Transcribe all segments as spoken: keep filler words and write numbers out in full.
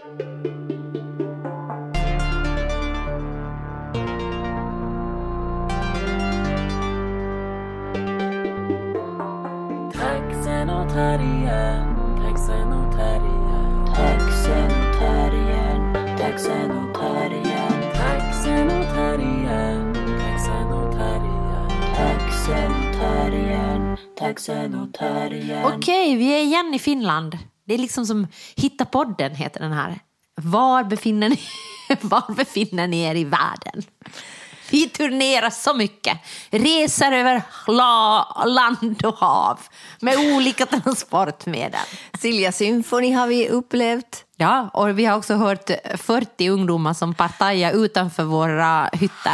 Taxenotarien, taxenotarien, taxenotarien, taxenotarien, taxenotarien, taxenotarien, taxenotarien. Okej, vi är igen i Finland. Det är liksom som Hitta podden heter den här. Var befinner ni, var befinner ni er i världen? Vi turnerar så mycket. Reser över la, land och hav med olika transportmedel. Silja Symfoni har vi upplevt. Ja, och vi har också hört fyrtio ungdomar som partajar utanför våra hytter.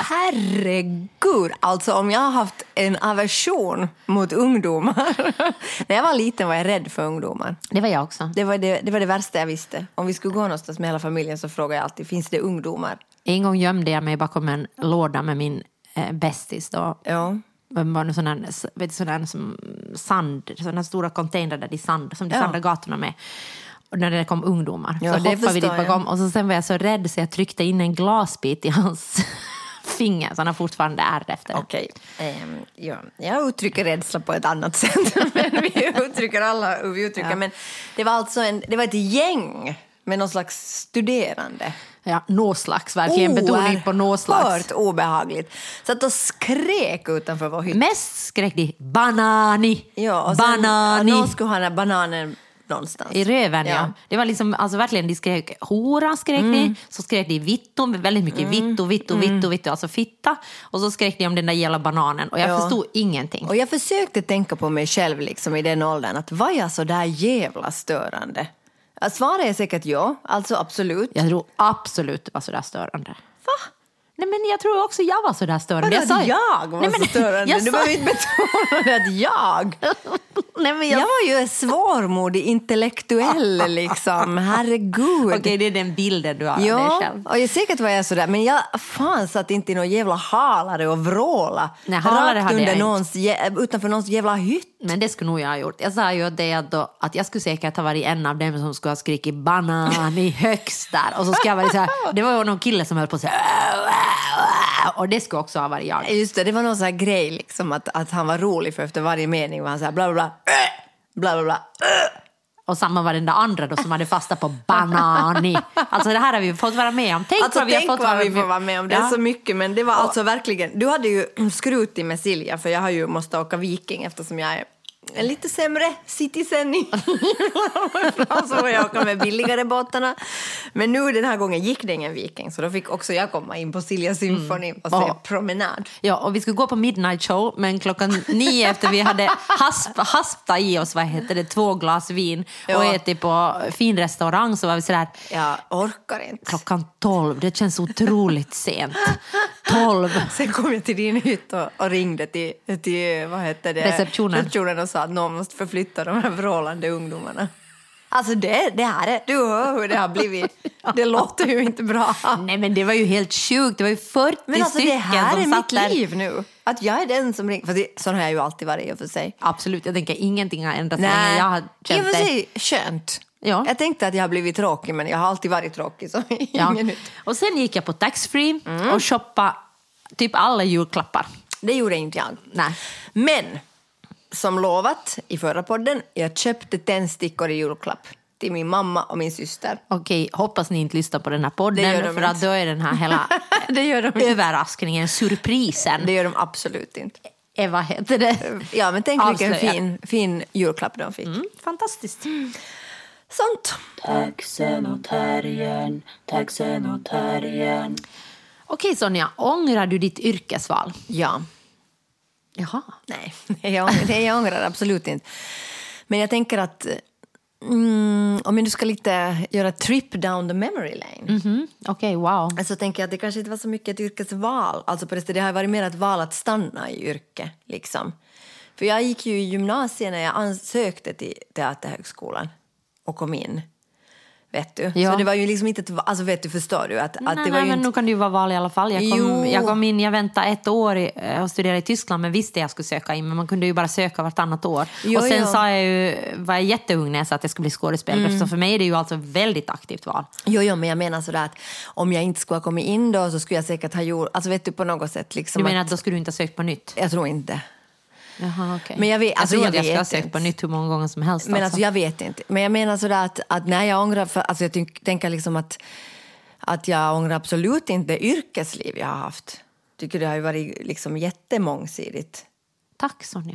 Herregud, alltså om jag har haft en aversion mot ungdomar. När jag var liten var jag rädd för ungdomar. Det var jag också. Det var det, det var det värsta jag visste. Om vi skulle gå någonstans med hela familjen så frågade jag alltid, finns det ungdomar? En gång gömde jag mig bakom en låda med min eh, bästis då. Ja. Det var en sån här, vet du, sån här som sand, sådana stora container där de sand, som de Ja. sandade gatorna med. Och när det kom ungdomar Ja, så det hoppade vi dit förstår bakom. Och så sen var jag så rädd så jag tryckte in en glasbit i hans finger. Så han har fortfarande ärr efter det. Okej, um, ja. Jag uttrycker rädsla på ett annat sätt. Men vi uttrycker alla hur vi uttrycker. Ja. Men det var alltså en, det var ett gäng med någon slags studerande. Ja, nå slags, verkligen betoning på nå slags. Oerhört obehagligt. Så att de skrek utanför vår hytt. Mest skrek de banani, Ja, och sen, banani. någon skulle ha den här bananen någonstans. I röven, ja. Ja. Det var liksom, alltså verkligen, de skrek hora, skrek Mm. de. Så skrek de vitto, väldigt mycket vitto, vitto, vitto, vitto, alltså fitta. Och så skrek de om den där jävla bananen. Och jag Ja. förstod ingenting. Och jag försökte tänka på mig själv liksom i den åldern. Att var jag så där jävla störande? Att svaret är säkert ja. Alltså absolut. Jag tror absolut det var så där störande. Va? Nej, men jag tror också jag var så där störande. Jag, sa- jag var Nej, så men, störande. jag Du sa- behöver inte betona det att jag... Nej, men Jag jag... var ju svårmodig intellektuell liksom. Herregud. Okej, det är den bilden du har av dig Ja, själv. och jag säkert var jag sådär. Men jag fan satt inte i någon jävla halare och vråla. Nej, halare rakt hade under jag inte. någons, jä- utanför någons jävla hytt. Men det skulle nog jag ha gjort. Jag sa ju det att, då, att jag skulle säkert ha varit en av dem som skulle ha skrikit banan i högst där. Och så ska jag vara så här, det var ju någon kille som höll på att säga och det skulle också ha varit jag. Just det, det var någon sån här grej liksom att, att han var rolig för efter varje mening var han så här bla bla bla bla bla bla. Och samma var den där andra då som hade fasta på banani. Alltså det här har vi fått vara med om. Tänk Alltså vad vi har tänk fått vad vara vi får vara med om. Det är Ja. så mycket, men det var alltså verkligen... Du hade ju skrutit med Silja, för jag har ju måste åka Viking eftersom jag är en lite sämre citizen i så får jag åka med billigare båtarna. Men nu den här gången gick det ingen Viking, så då fick också jag komma in på Silja Symfoni och se Ja. promenad. Ja, och vi skulle gå på midnight show, men klockan nio efter vi hade hasp, haspta i oss, vad heter det, två glas vin och Ja. ätit på fin restaurang, så var vi sådär, Jag orkar inte. klockan tolv, det känns otroligt sent. tolv. Sen kom jag till din hytt och, och ringde till, till vad heter det? Receptionen. Receptionen och sa att någon måste förflytta de här vrålande ungdomarna. Alltså det, det här är, du hör hur det har blivit. Det låter ju inte bra. Nej, men det var ju helt sjukt, det var ju fyrtio Men alltså stycken det här som är satt mitt där. liv nu. Att jag är den som ringer. För det, sån har jag ju alltid varit i och för sig. Absolut, jag tänker ingenting har ändrats länge jag har i och känt för dig. sig skönt. Ja. Jag tänkte att jag har blivit tråkig, men jag har alltid varit tråkig. Så Ja. ingen nytt. Och sen gick jag på taxfree Mm. och shoppade typ alla julklappar. Det gjorde inte jag. Nej. Men som lovat i förra podden, jag köpte tändstickor i julklapp till min mamma och min syster. Okej, hoppas ni inte lyssnar på den här Det gör podden, de för att inte. då är den här hela Det gör de inte. överraskningen, surprisen. Det gör de absolut inte. Eh, vad heter det? Ja, men tänk vilken Avslöja. fin, fin julklapp de fick. Mm, fantastiskt. Sånt. Taxenotarien, taxenotarien. Okej Sonja, ångrar du ditt yrkesval? Ja. Jaha. Nej, jag, ångrar- nej, jag ångrar absolut inte. Men jag tänker att mm, om jag nu ska lite göra trip down the memory lane. Mm, Okej, wow. Så tänker jag att det kanske inte var så mycket ett yrkesval. Alltså på det, det har varit mer ett val att stanna i yrke. Liksom. För jag gick ju i gymnasiet när jag ansökte till Teaterhögskolan och kom in. Vet du? Ja. Så det var ju liksom inte ett, alltså vet du, förstår du att, Nej, att det var nej, ju men inte... nu kan det ju vara val i alla fall. Jag kom, Jo. jag kom in, jag väntade ett år i, och studerade i Tyskland, men visste jag skulle söka in, men man kunde ju bara söka vartannat år. Jo, och sen jo. sa jag ju, var jag jätteung när jag sa att jag skulle bli skådespelare, mm. så för mig är det ju alltså väldigt aktivt val. Jo, jo, men jag menar sådär att om jag inte skulle ha kommit in då så skulle jag säkert ha gjort, alltså vet du, på något sätt liksom Du menar att, att då skulle du inte ha sökt på nytt? jag tror inte. Jaha, okej. Men jag vet, alltså jag tror jag att jag ska ha vet sökt inte. på nytt hur många gånger som helst. Men alltså. alltså jag vet inte. Men jag menar sådär att, att när jag ångrar, för, alltså jag tänk, tänker liksom att, att jag ångrar absolut inte det yrkesliv jag har haft. Tycker det har ju varit liksom jättemångsidigt. Tack Sonja.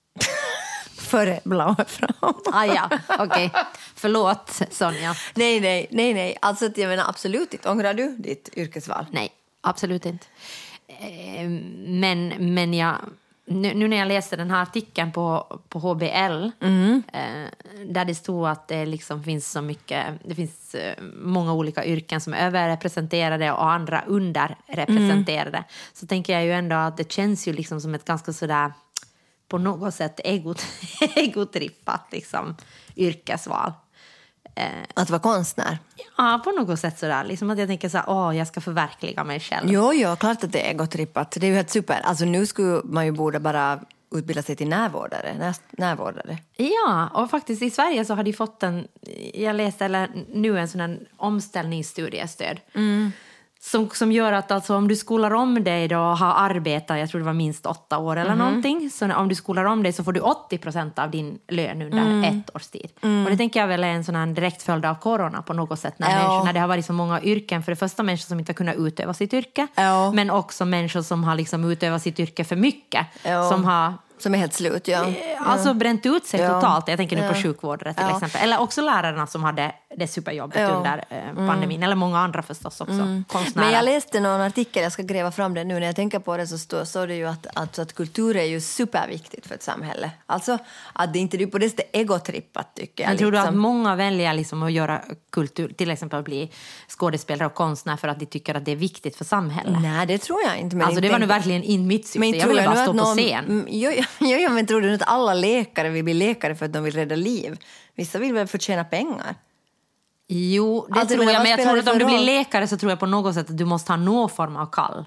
Före blåa fram. Ah, ja, okej. Förlåt Sonja. Nej, nej, nej, nej. Alltså att jag menar absolut inte. Ångrar du ditt yrkesval? Nej, absolut inte. Eh, Men, men jag, nu, nu när jag läste den här artikeln på, på H B L Mm. eh, där det stod att det liksom finns så mycket, det finns eh, många olika yrken som är överrepresenterade och andra underrepresenterade, Mm. så tänker jag ju ändå att det känns ju liksom som ett ganska sådär på något sätt egot, egotrippat liksom, yrkesval. Att vara konstnär? Ja, på något sätt sådär. Liksom att jag tänker så här, åh, jag ska förverkliga mig själv. Jo, jo, klart att det är egotrippat. Det är ju helt super. Alltså nu skulle man ju borde bara utbilda sig till närvårdare. När, närvårdare. Ja, och faktiskt i Sverige så har de fått en, jag läste eller, nu en sån här omställningsstudiestöd. Mm. Som, som gör att alltså, om du skolar om dig då och har arbetat, jag tror det var minst åtta år eller mm. någonting. Så om du skolar om dig så får du åttio procent av din lön under mm. ett års tid. Mm. Och det tänker jag väl är en sån här direkt följd av corona på något sätt. När, ja. människor, när det har varit så många yrken. För det första människor som inte har kunnat utöva sitt yrke. Ja. Men också människor som har liksom utövat sitt yrke för mycket. Ja. Som har... Som är helt slut, ja. Alltså bränt ut sig ja. totalt. Jag tänker nu ja. på sjukvårdare till ja. exempel. Eller också lärarna som hade det superjobbet ja. under eh, pandemin. Mm. Eller många andra förstås också. Mm. Konstnärer. Men jag läste någon artikel, jag ska gräva fram det nu. När jag tänker på det så står så det ju att, att, att kultur är ju superviktigt för ett samhälle. Alltså att det inte är på det sättet egotrippat tycker jag. Men tror liksom. du att många väljer liksom att göra kultur, till exempel att bli skådespelare och konstnär för att de tycker att det är viktigt för samhället? Nej, det tror jag inte. Men alltså inte det var nu tänk... verkligen in mitt syfte. Men jag ville bara stå någon... på scen. Jo, jo, jo, men tror du att alla läkare vill bli läkare för att de vill rädda liv? Vissa vill väl förtjäna pengar? Jo, det alltså, tror men jag. Men jag tror att om du blir roll? läkare så tror jag på något sätt att du måste ha någon form av kall.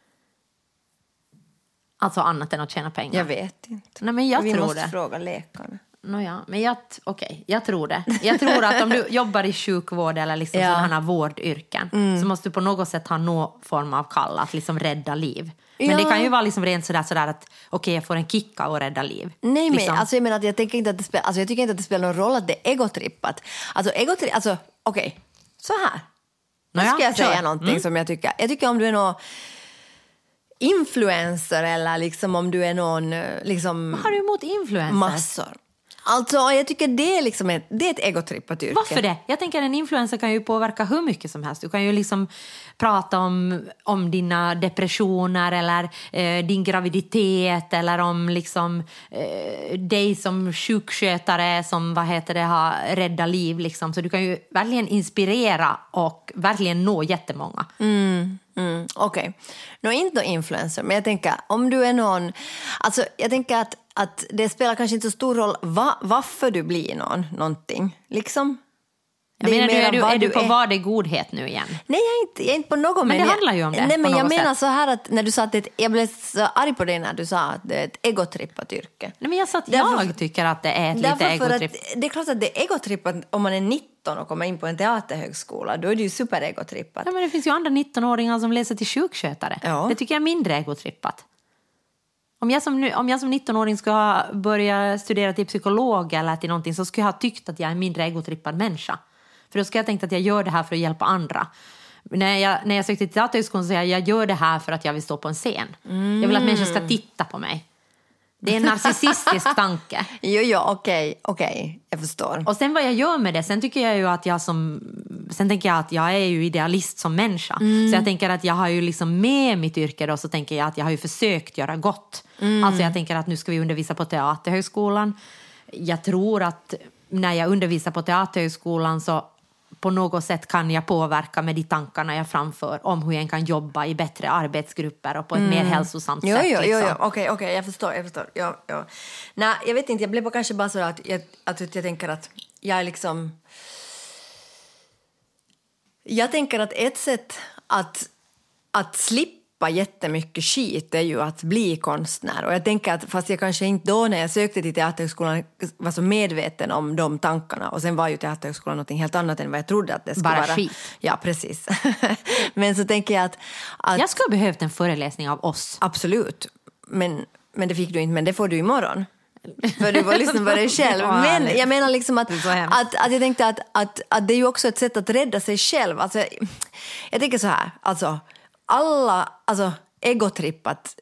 Alltså annat än att tjäna pengar. Jag vet inte. Nej, men jag Vi tror måste det. fråga läkarna. Nåja, men jag, okej, jag tror det. Jag tror att om du jobbar i sjukvård eller liksom Ja. sådana vårdyrken mm. så måste du på något sätt ha någon form av kall att liksom rädda liv. Men Ja. det kan ju vara liksom rent sådär, sådär att okej, jag får en kick av att rädda liv. Nej, men liksom. alltså, jag menar att jag tänker inte att det spelar, alltså, jag tycker inte att det spelar någon roll att det är egotrippat. Alltså, egotri, alltså okej, okay. så här. Nu Nåja, ska jag säga kör. någonting Mm. som jag tycker. Jag tycker om du är någon influencer eller liksom om du är någon liksom Vad har du emot influencers? massor. Alltså, jag tycker det är liksom ett, det är ett egotrippat yrke. Varför det? Jag tänker en influencer kan ju påverka hur mycket som helst. Du kan ju liksom prata om, om dina depressioner eller eh, din graviditet eller om liksom eh, dig som sjukskötare som, vad heter det, har räddat liv liksom. Så du kan ju verkligen inspirera och verkligen nå jättemånga. Mm. Mm, Okej. Okay. Nå, inte någon influencer, men jag tänker om du är någon... Alltså, jag tänker att, att det spelar kanske inte så stor roll va, varför du blir någon, någonting. Liksom. Jag menar, du, är du, är du på är. vad det är godhet nu igen? Nej, jag är inte, jag är inte på något. Men, men det jag, handlar ju om det. Nej, men på jag något menar sätt. så här att när du sa att det, jag blev så arg på dig när du sa att det är ett egotrippat yrke. Nej, men jag sa att Därför, jag tycker att det är ett lite egotripp. Att, det är klart att det är egotrippat om man är nitton och kommer in på en teaterhögskola. Då är det ju superegotrippat. Ja, men det finns ju andra nittonåringar som läser till sjukskötare. Ja. Det tycker jag är mindre egotrippat. Om jag som, om jag som nittonåring ska ha börja studera till psykolog eller till någonting så skulle jag ha tyckt att jag är en mindre egotrippad människa. För då ska jag tänkt att jag gör det här för att hjälpa andra. När jag, när jag sökte till teaterhögskolan så sa jag jag gör det här för att jag vill stå på en scen. Mm. Jag vill att människor ska titta på mig. Det är en narcissistisk tanke. Jo, jo, okej, okay, okej, okay, jag förstår. Och sen vad jag gör med det, sen tycker jag ju att jag som, sen tänker jag att jag är ju idealist som människa. Mm. Så jag tänker att jag har ju liksom med mitt yrke då, så tänker jag att jag har ju försökt göra gott. Mm. Alltså jag tänker att nu ska vi undervisa på teaterhögskolan. Jag tror att när jag undervisar på teaterhögskolan så på något sätt kan jag påverka med de tankarna jag framför om hur jag kan jobba i bättre arbetsgrupper och på ett mm. mer hälsosamt jo, sätt. Jo, liksom. jo, jo. Okej, okej, jag förstår, jag förstår. Ja, ja. Nej, jag vet inte, jag blev kanske bara så att jag, att jag tänker att jag är liksom... Jag tänker att ett sätt att, att slippa jättemycket skit är ju att bli konstnär. Och jag tänker att fast jag kanske inte då när jag sökte till Teaterhögskolan var så medveten om de tankarna. Och sen var ju Teaterhögskolan något helt annat än vad jag trodde att det skulle Bara vara. skit. Ja, precis. Men så tänker jag att... att Jag skulle ha behövt en föreläsning av oss. Absolut. Men, men det fick du inte, men det får du imorgon. För du var lyssna på dig själv. Men jag menar liksom att, att, att jag tänkte att, att, att det är ju också ett sätt att rädda sig själv. Alltså, jag, jag tänker så här, alltså alla, alltså egotrippat,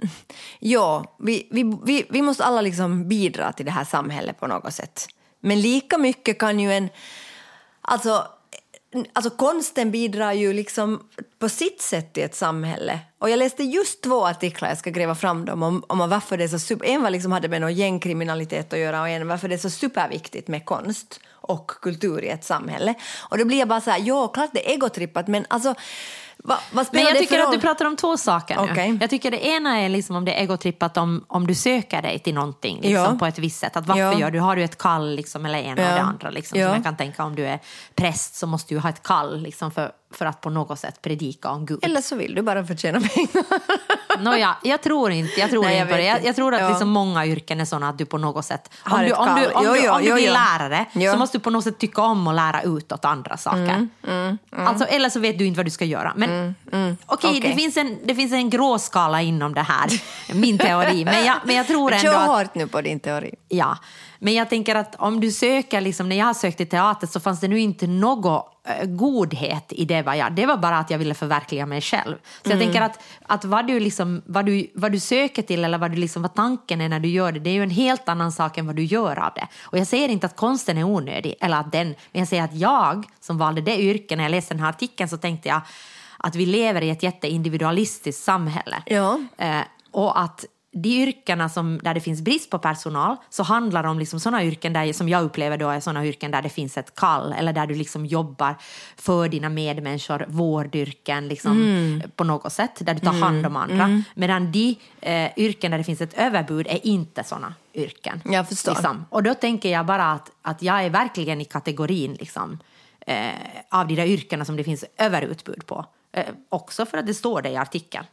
ja, vi, vi, vi, vi måste alla liksom bidra till det här samhället på något sätt. Men lika mycket kan ju en, alltså, alltså konsten bidrar ju liksom på sitt sätt i ett samhälle. Och jag läste just två artiklar, jag ska gräva fram dem, om, om varför det är så super, en var liksom hade med någon gängkriminalitet att göra och en varför det är så superviktigt med konst och kultur i ett samhälle. Och då blir jag bara så här, ja, klart det är egotrippat, men alltså Va, vad Men jag det tycker för att roll? du pratar om två saker nu. Okay. Jag tycker det ena är liksom om det är egotrippat om, om du söker dig till någonting liksom, Ja. på ett visst sätt. Att varför Ja. gör du? Har du ett kall liksom, eller en Ja. av det andra? Liksom, Ja. Som jag kan tänka om du är präst så måste du ha ett kall liksom, för, för att på något sätt predika om Gud. Eller så vill du bara förtjäna pengar. Nåja, jag tror inte, jag tror Nej, jag inte på det. vet Jag, inte. jag tror att Ja. liksom många yrken är sådana att du på något sätt... Har Om du, ett om du, kall. om Jo, du, jo, om du jo, blir jo. lärare Ja. så måste du på något sätt tycka om och lära ut åt andra saker. Mm, mm, mm. Alltså, eller så vet du inte vad du ska göra. Men Mm, mm. okej, Okej. det, finns en, det finns en gråskala inom det här, min teori. Men jag, men jag tror ändå Kör att... hårt nu på din teori. Ja, men jag tänker att om du söker, liksom, när jag har sökt till teater så fanns det nu inte något äh, godhet i det var jag. Det var bara att jag ville förverkliga mig själv. Så jag tänker att, att vad, du liksom, vad, du, vad du söker till eller vad, du liksom, vad tanken är när du gör det, det är ju en helt annan sak än vad du gör av det. Och jag säger inte att konsten är onödig, eller att den, men jag säger att jag som valde det yrket, när jag läste den här artikeln så tänkte jag att vi lever i ett jätteindividualistiskt samhälle. Ja. Eh, och att de yrkena som, där det finns brist på personal så handlar det om liksom sådana yrken där, som jag upplever då är sådana yrken där det finns ett kall eller där du liksom jobbar för dina medmänniskor, vårdyrken liksom, mm. på något sätt, där du tar hand om andra. Mm. Medan de eh, yrken där det finns ett överbud är inte sådana yrken. Jag förstår. Liksom. Och då tänker jag bara att, att jag är verkligen i kategorin liksom, eh, av de där yrkena som det finns överutbud på. Eh, också för att det står det i artikeln.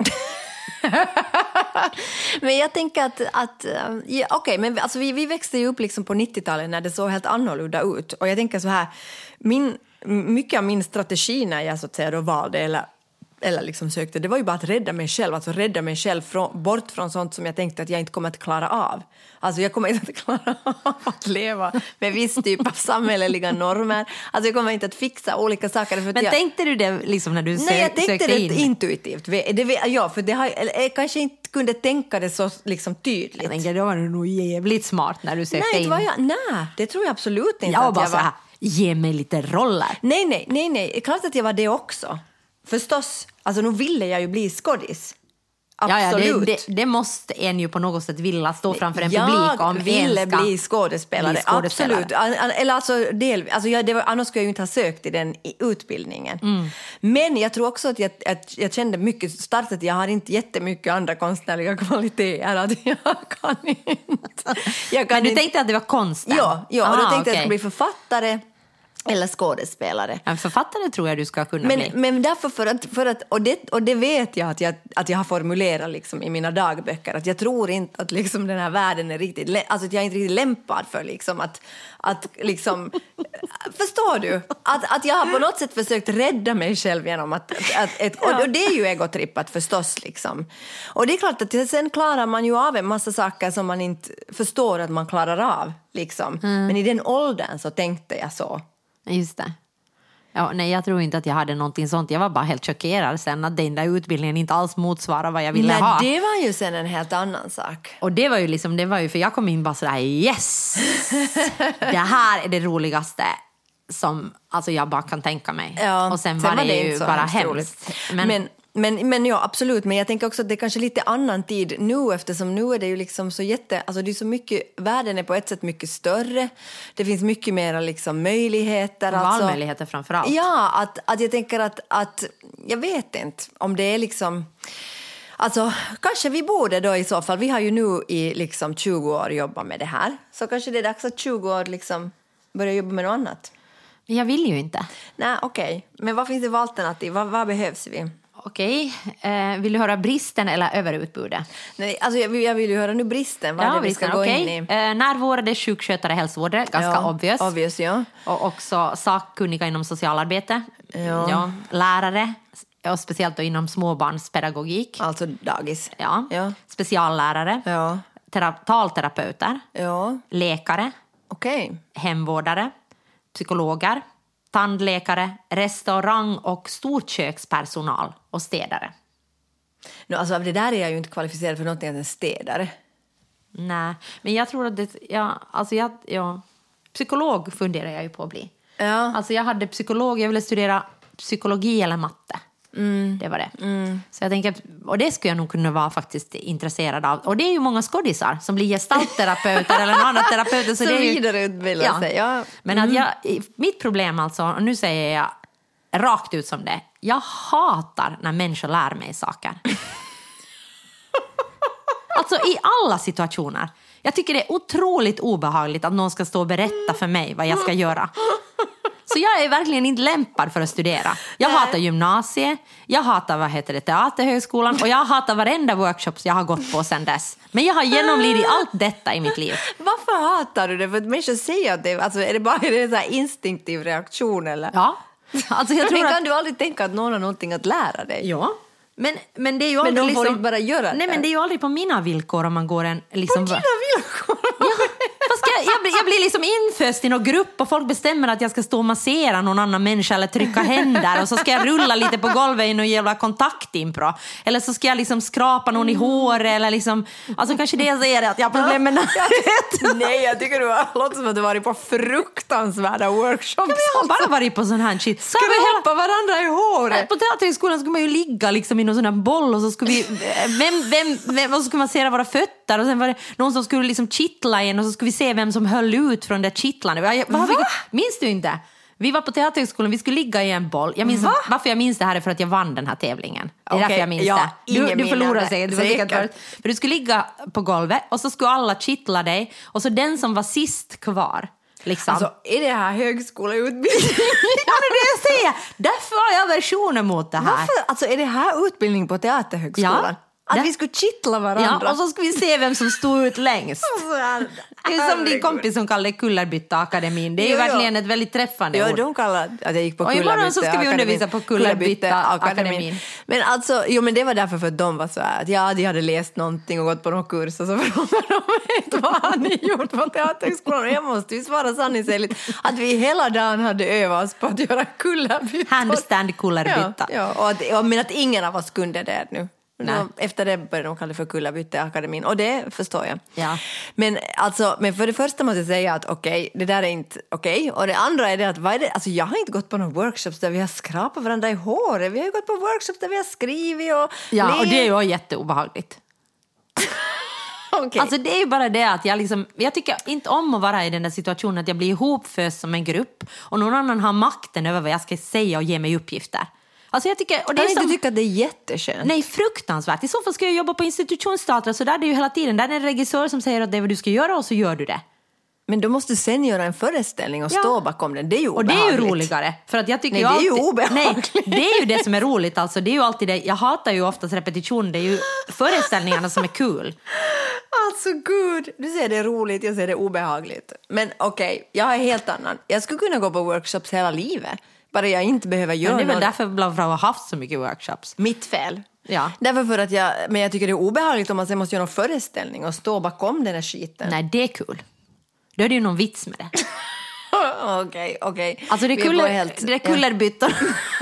Men jag tänker att, att ja, okej, okay, men alltså vi, vi växte ju upp liksom på nittiotalet när det såg helt annorlunda ut. Och jag tänker så här, min, mycket av min strategi när jag så att säga då valde eller, eller liksom sökte, det var ju bara att rädda mig själv. Alltså rädda mig själv från, bort från sånt som jag tänkte att jag inte kommer att klara av. Alltså jag kommer inte att klara av att leva med viss typ av samhälleliga normer. Alltså jag kommer inte att fixa olika saker. För att Men jag, tänkte du det liksom när du sö- nej, jag tänkte sökte det in? intuitivt. Det, ja, för det har, eller, jag kanske inte kunde tänka det så liksom tydligt. Jag tänker, då var du nog jävligt smart när du sökte Nej, in. det var jag, nej, det tror jag absolut inte. Jag var att bara jag så här, ge mig lite roller. Nej, nej, nej, nej. Klart att jag var det också. Förstås, alltså nu ville jag ju bli skådis. Absolut. Ja, ja, det, det, det måste en ju på något sätt vilja stå framför en jag publik om ville en ska bli skådespelare, bli skådespelare. absolut. Eller alltså, del, alltså jag, det var, annars skulle jag ju inte ha sökt i den i utbildningen. Mm. Men jag tror också att jag, att jag kände mycket starkt att jag har inte jättemycket andra konstnärliga kvaliteter. Att jag kan inte. Jag kan Men du inte. tänkte att det var konsten? Ja, ja och då Aha, tänkte jag att okej. jag skulle bli författare eller skådespelare. En författare tror jag du ska kunna Men, bli. men därför för att, för att och, det, och det vet jag att jag, att jag har formulerat liksom i mina dagböcker, att jag tror inte att liksom den här världen är riktigt, alltså att jag är inte riktigt lämpad för liksom att, att liksom, förstår du? Att, att jag har på något sätt försökt rädda mig själv genom att, att, att ett, och, och det är ju egotrippat förstås liksom. Och det är klart att sen klarar man ju av en massa saker som man inte förstår att man klarar av liksom. Mm. Men i den åldern så tänkte jag så. Just det. Ja, nej, jag tror inte att jag hade någonting sånt. Jag var bara helt chockerad sen att den där utbildningen inte alls motsvarar vad jag ville Nej, ha. det var ju sen en helt annan sak. Och det var ju liksom, det var ju, för jag kom in bara sådär, yes! Det här är det roligaste som alltså jag bara kan tänka mig. Ja, och sen, sen var det, det ju bara hemskt. Men, men, men, men ja, absolut. Men jag tänker också att det är kanske lite annan tid nu, eftersom nu är det ju liksom så jätte, alltså det är så mycket, världen är på ett sätt mycket större. Det finns mycket mer liksom möjligheter. Valmöjligheter alltså, framförallt. Ja, att, att jag tänker att, att, jag vet inte om det är liksom, alltså kanske vi borde då i så fall, vi har ju nu i liksom tjugo år jobbat med det här. Så kanske det är dags att tjugo år liksom börja jobba med något annat. Jag vill ju inte. Nej, okej. Okay. Men vad finns det för alternativ? Vad, vad behövs vi? Okej. Eh, vill du höra bristen eller överutbudet? Nej, alltså jag, jag vill ju höra nu bristen. Vad ja, är det vi ska gå okay. in i? Eh, närvårdare, sjukskötare, hälsovårdare. Ganska ja, obvious. obvious ja. Och också sakkunniga inom socialarbete. Ja. Ja, lärare. Och speciellt då inom småbarnspedagogik. Alltså dagis. Ja. ja. Speciallärare. Ja. Tera- talterapeuter. Ja. Läkare. Okej. Okay. Hemvårdare. Psykologer. Tandläkare. Restaurang- och storkökspersonal. Och städare. No, alltså, det där är jag ju inte kvalificerad för någonting än städare. Nej, men jag tror att det... Ja, alltså jag, ja, psykolog funderar jag ju på att bli. Ja. Alltså jag hade psykolog, jag ville studera psykologi eller matte. Mm. Det var det. Mm. Så jag tänker, och det skulle jag nog kunna vara faktiskt intresserad av. Och det är ju många skådisar som blir gestaltterapeuter eller någon annan terapeuter. Så, så det är ju, vidare utbildar ja. sig. Ja. Men att jag, mitt problem alltså, och nu säger jag rakt ut som det, jag hatar när människor lär mig saker. Alltså i alla situationer. Jag tycker det är otroligt obehagligt att någon ska stå och berätta för mig vad jag ska göra. Så jag är verkligen inte lämpad för att studera. Jag hatar gymnasiet, jag hatar vad heter det, teaterhögskolan och jag hatar varenda workshops jag har gått på sedan dess. Men jag har genomlidit allt detta i mitt liv. Varför hatar du det? För att människor säger att det, alltså, är det bara är det en så här instinktiv reaktion eller? Ja. Alltså jag tror men att... kan du aldrig tänka att någon har någonting att lära dig? Ja. Men, men det är ju men aldrig de får liksom... inte bara göra det. Nej, men det är ju aldrig på mina villkor om man går en... Liksom... På dina villkor? Ja, fast jag, jag, blir, jag blir liksom inföst i någon grupp och folk bestämmer att jag ska stå och massera någon annan människa eller trycka händer och så ska jag rulla lite på golvet i någon jävla kontaktimpro. Eller så ska jag liksom skrapa någon i håret eller liksom... Alltså kanske det jag säger är att jag har problem med närhet. Nej, jag tycker du har låtit som att du varit på fruktansvärda workshops. Ja, jag har bara varit på sån här shit. Skrapa varandra i håret. På teaterhögskolan skulle man ju ligga liksom i någon sån här boll och så skulle vi... Vem, vem, vem, och så skulle man se våra fötter och sen var det någon som skulle liksom kittla in och så skulle vi se vem som höll ut från det kittlarna. Jag, vad, Va? Minns du inte? Vi var på teaterhögskolan, vi skulle ligga i en boll. Jag minns, varför jag minns det här är för att jag vann den här tävlingen. Det är okay. därför jag minns ja, det. Du, du förlorade sig. Du, för du skulle ligga på golvet och så skulle alla kittla dig. Och så den som var sist kvar. Liksom. Alltså, är det här högskoleutbildning? Ja, det är det jag säger. Därför har jag versioner mot det här. Varför? Alltså, är det här utbildning på teaterhögskolan? Ja. Att det... vi skulle kittla varandra. Ja, och så ska vi se vem som stod ut längst. Det är som din kompis som kallar Kullerbytta-akademin. Det är ju jo, verkligen jo. ett väldigt träffande jo, ord. Jo, de kallar att jag gick på Kullerbytta-akademin. Och imorgon så ska vi undervisa på Kullerbytta-akademin. Men alltså, jo men det var därför för att de var så här att ja, de hade läst någonting och gått på någon kurs och så frågade de vad har ni gjort på teaterhögskolan? Och jag måste ju svara sanningsenligt att vi hela dagen hade övat oss på att göra kullerbytta. Handstand kullerbytta. Ja, ja, och att, och, men att ingen av oss kunde det nu. Då, efter det började de kalla det för Kullerbytta-akademin och det förstår jag. Ja. Men, alltså, men för det första måste jag säga att okej, okay, det där är inte okej. Okay. Och det andra är det att vad är det? Alltså, jag har inte gått på några workshops där vi har skrapat varandra i håret. Vi har ju gått på workshops där vi har skrivit och... Ja, le- och det är ju jätteobehagligt. Okay. Alltså det är ju bara det att jag liksom, jag tycker inte om att vara i den där situationen att jag blir ihopföst som en grupp och någon annan har makten över vad jag ska säga och ge mig uppgifter. Alltså jag tycker, och det jag är som, inte tycka att det är jätteskönt. Nej, fruktansvärt. I så fall ska jag jobba på institutionsteater så där är det ju hela tiden. Där är en regissör som säger att det är vad du ska göra och så gör du det. Men du måste sen göra en föreställning och ja. stå bakom den. Det är ju obehagligt. Och det är ju roligare. För att jag tycker nej, ju alltid, det är ju obehagligt. Nej, det är ju det som är roligt. Alltså, det är ju alltid det. Jag hatar ju oftast repetition. Det är ju föreställningarna som är kul. Alltså gud, du säger det är roligt, jag säger det är obehagligt. Men okej, okay, jag är helt annan. Jag skulle kunna gå på workshops hela livet. Bara jag inte behöver göra något. Det är väl något. därför bland har haft så mycket workshops. Mitt fel. Ja. Därför för att jag, men jag tycker det är obehagligt om man sen måste göra någon föreställning och stå bakom den här skiten. Nej, det är kul. Då är det ju någon vits med det. Okej, okej. Okay, okay. Alltså det är, kuller, helt, det är kullerbyttor.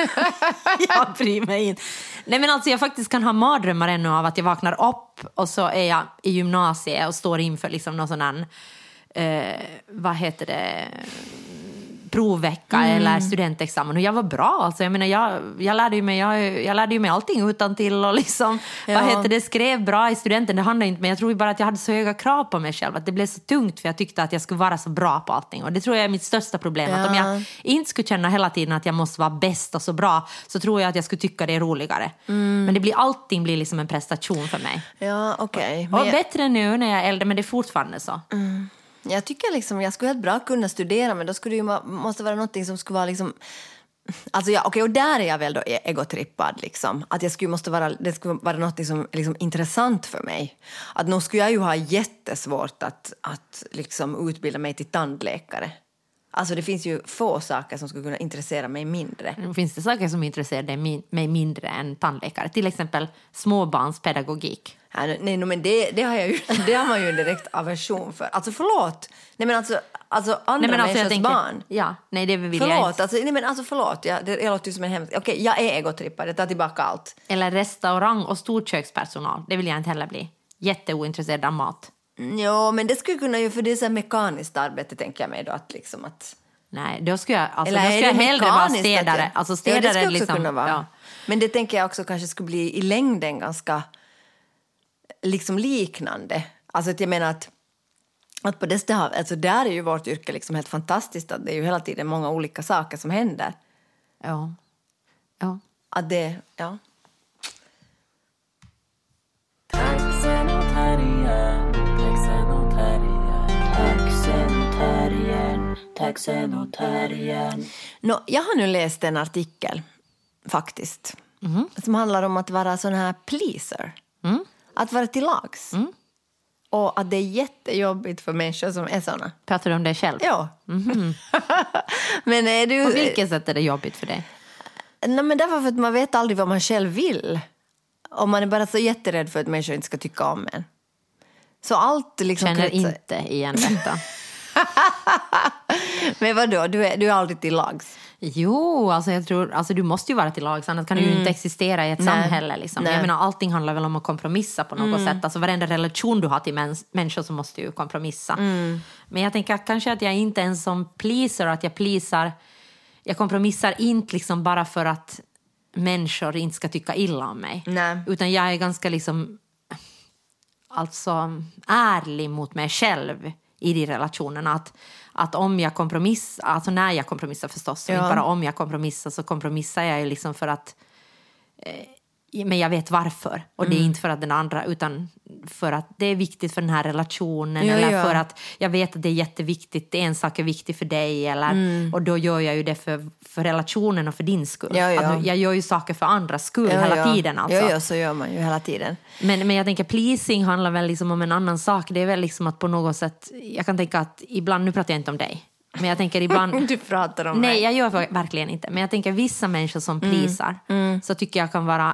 Jag bryr mig in. Nej men alltså jag faktiskt kan ha mardrömmar ännu av att jag vaknar upp och så är jag i gymnasiet och står inför liksom någon sån här, eh, vad heter det, provvecka mm. eller studentexamen och jag var bra alltså jag menar jag jag lärde ju mig jag, jag lärde ju mig allting utan till och liksom ja. vad heter det skrev bra i studenten det handlar inte men jag tror bara att jag hade så höga krav på mig själv att det blev så tungt för jag tyckte att jag skulle vara så bra på allting och det tror jag är mitt största problem ja. att om jag inte skulle känna hela tiden att jag måste vara bäst och så bra så tror jag att jag skulle tycka det är roligare mm. men det blir allting blir liksom en prestation för mig ja okej okay. och, och jag... bättre nu när jag är äldre men det är fortfarande så mm. Jag tycker liksom, jag skulle helt bra kunna studera, men då skulle det ju må- måste vara någonting som skulle vara liksom... Alltså ja, okej, och där är jag väl då egotrippad liksom. Att jag skulle måste vara, det skulle vara något som är liksom intressant för mig. Att nog skulle jag ju ha jättesvårt att, att liksom utbilda mig till tandläkare. Alltså det finns ju få saker som skulle kunna intressera mig mindre. Finns det saker som intresserar dig min- mig mindre än tandläkare? Till exempel småbarnspedagogik. Ja, nej, men det, det, har jag ju, det har man ju en direkt aversion för. Alltså förlåt. Nej men alltså, alltså andra Nej, men alltså, jag människors tänker, barn. Ja, nej det vill jag Förlåt, inte. alltså, nej men alltså förlåt. Jag, det, jag låter ju som en hemsk... Okej, jag är egotrippad, jag tar tillbaka allt. Eller restaurang- och storkökspersonal. Det vill jag inte heller bli. Jätteointresserad av mat. Ja, men det skulle kunna ju, för det är så här mekaniskt arbete tänker jag mig då att liksom att... Nej, då ska jag, alltså, Eller då är ska jag det hellre vara mekaniskt att städare. jag- Alltså ja, städare det skulle också liksom, kunna vara. ja. Men det tänker jag också kanske skulle bli i längden ganska liksom liknande. Alltså att jag menar att, att på det stället, alltså där är ju vårt yrke liksom helt fantastiskt. Att det är ju hela tiden många olika saker som händer. Ja. Ja. Att det, ja. Taxenotarien, taxenotarien, taxenotarien, taxenotarien. Nå, jag har nu läst en artikel faktiskt. Som handlar om att vara sån här pleaser. Att vara till lags. Och att det är jättejobbigt för människor som är såna. Pratar du om dig själv? Ja. Men är du... På vilket sätt är det jobbigt för dig? Nej, men därför för att man vet aldrig vad man själv vill. Och man är bara så jätterädd för att människor inte ska tycka om en. Så allt liksom... Känner kretsar- inte igen detta. Men vadå? Du är, du är aldrig till lags. Jo, alltså jag tror, alltså du måste ju vara till lags, annars kan du ju inte existera i ett Nej. samhälle. Liksom. Nej. Jag menar, allting handlar väl om att kompromissa på något sätt. Alltså varenda relation du har till mäns- människor så måste ju kompromissa. Men jag tänker att kanske att jag inte är en som pleaser, att jag pleasar, jag kompromissar inte liksom bara för att människor inte ska tycka illa om mig. Nej. Utan jag är ganska liksom, alltså ärlig mot mig själv i de relationerna. Att, att om jag kompromissar, alltså när jag kompromissar förstås, och Ja. inte bara om jag kompromissar, så kompromissar jag ju liksom för att, eh, men jag vet varför. Och det är inte för att den andra, utan för att det är viktigt för den här relationen. Ja, eller ja. för att jag vet att det är jätteviktigt, det är en sak är viktig för dig. Eller, och då gör jag ju det för, för relationen och för din skull. Ja, ja. Att jag gör ju saker för andras skull Ja, hela ja. tiden. Alltså. Ja, ja, så gör man ju hela tiden. Men, men jag tänker pleasing handlar väl liksom om en annan sak. Det är väl liksom att på något sätt, jag kan tänka att ibland, nu pratar jag inte om dig, men jag tänker ibland... Du pratar om Nej, mig. jag gör verkligen inte. Men jag tänker vissa människor som pleasar, så tycker jag kan vara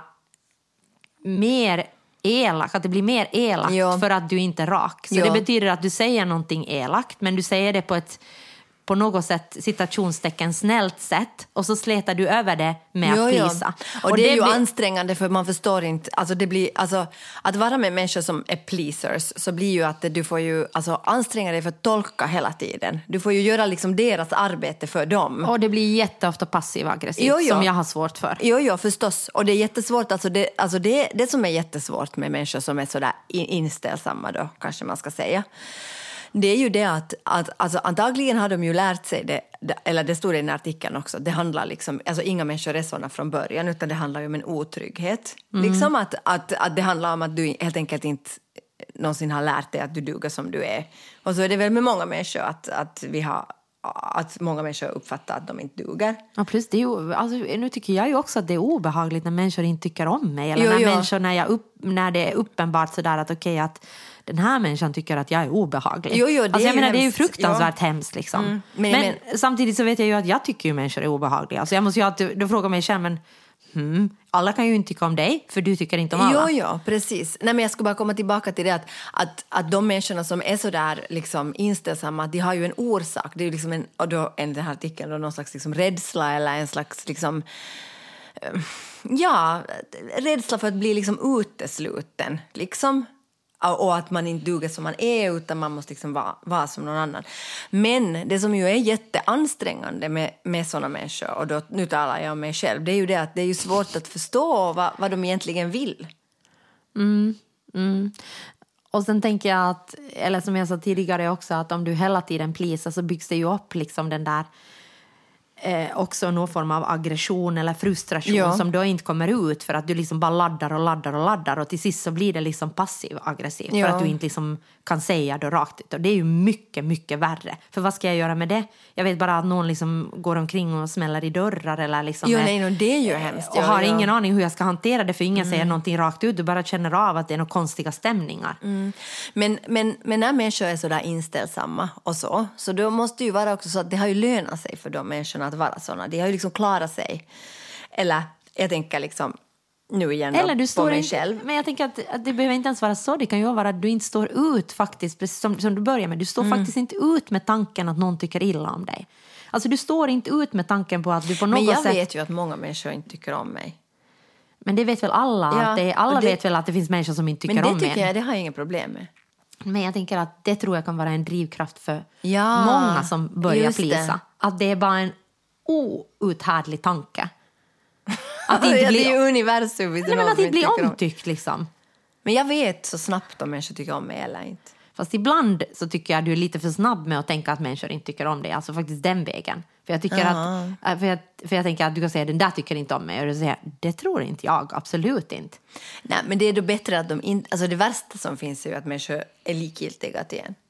mer elak, att det blir mer elakt Ja. för att du inte är rak. Så Ja. det betyder att du säger någonting elakt, men du säger det på ett på något sätt, citationstecken, snällt sätt, och så slätar du över det med Jo, att jo. plisa. Och, det är ju blir- ansträngande för man förstår inte, alltså det blir, alltså att vara med människor som är pleasers så blir ju att du får ju alltså anstränga dig för att tolka hela tiden. Du får ju göra liksom deras arbete för dem. Och det blir jätteofta passiv-aggressivt, Jo, jo. som jag har svårt för. Jo, jo, förstås. Och det är jättesvårt, alltså det, alltså det, det som är jättesvårt med människor som är sådär in- inställsamma då, kanske man ska säga. Det är ju det att, att alltså, antagligen har de ju lärt sig det, det, eller det står i den artikeln också, det handlar liksom, alltså inga människor är sådana från början, utan det handlar ju om en otrygghet. Liksom att, att, att det handlar om att du helt enkelt inte någonsin har lärt dig att du duger som du är. Och så är det väl med många människor att, att vi har, att många människor uppfattar att de inte duger. Ja, plus det är ju, alltså, nu tycker jag ju också att det är obehagligt när människor inte tycker om mig. Eller Jo, när, jo. människor, när, jag upp, när det är uppenbart sådär att okej, att den här människan tycker att jag är obehaglig. Jo, jo, det alltså, är jag ju menar, det är ju hemskt. fruktansvärt hemskt. Liksom. Mm. Men, Men- men samtidigt så vet jag ju att jag tycker ju människor är obehagliga. Alltså, jag måste ju alltid, då frågar mig själv, men hmm, alla kan ju inte tycka om dig, för du tycker inte om alla. Jo, jo, precis. Nej, men jag ska bara komma tillbaka till det att, att, att de människorna som är så där liksom inställsamma, de har ju en orsak. Det är ju liksom en, och då en den här artikeln då, någon slags liksom rädsla eller en slags liksom, eh, ja, rädsla för att bli liksom utesluten, liksom. Och att man inte duger som man är, utan man måste liksom vara, vara som någon annan. Men det som ju är jätteansträngande med, med sådana människor, och då, nu talar jag om mig själv, det är ju det att det är ju svårt att förstå vad, vad de egentligen vill. Mm, mm. Och sen tänker jag att, eller som jag sa tidigare också, att om du hela tiden plisar så byggs det ju upp liksom den där eh, också någon form av aggression eller frustration Ja. som då inte kommer ut för att du liksom bara laddar och laddar och laddar och till sist så blir det liksom passiv-aggressiv Ja. för att du inte liksom kan säga det rakt ut. Och det är ju mycket, mycket värre. För vad ska jag göra med det? Jag vet bara att någon liksom går omkring och smäller i dörrar eller liksom Jo, är- nej, no, det är ju hemskt. och Ja, har ja. ingen aning hur jag ska hantera det för ingen säger någonting rakt ut. Du bara känner av att det är några konstiga stämningar. Mm. Men, men, men när människor är så där inställsamma och så, så då måste ju vara också så att det har ju lönat sig för de människorna att vara såna. De har ju liksom klarat sig. Eller jag tänker liksom nu igen då, Eller du på står mig inte, själv. men jag tänker att, att det behöver inte ens vara så. Det kan ju vara att du inte står ut faktiskt, precis som, som du börjar med. Du står Mm. faktiskt inte ut med tanken att någon tycker illa om dig. Alltså du står inte ut med tanken på att du på något Men jag sätt... vet ju att många människor inte tycker om mig. Men det vet väl alla? Ja, att det, alla och det- vet väl att det finns människor som inte tycker Men det om tycker en. jag, det har jag inga problem med. Men jag tänker att det tror jag kan vara en drivkraft för Ja, många som börjar just det. plisa. Att det är bara en outhärdlig tanke. Att det Ja, inte det blir, är ju universum. nej, men att det blir omtyckt liksom. Men jag vet så snabbt om människor tycker om mig eller inte. Fast ibland så tycker jag du är lite för snabb med att tänka att människor inte tycker om dig. Alltså faktiskt den vägen. För jag tycker att, äh, för jag, för jag tänker att du kan säga den där tycker inte om mig. Och du säger, det tror inte jag, absolut inte. Nej, men det är då bättre att de inte... Alltså det värsta som finns är ju att människor är likgiltiga till en.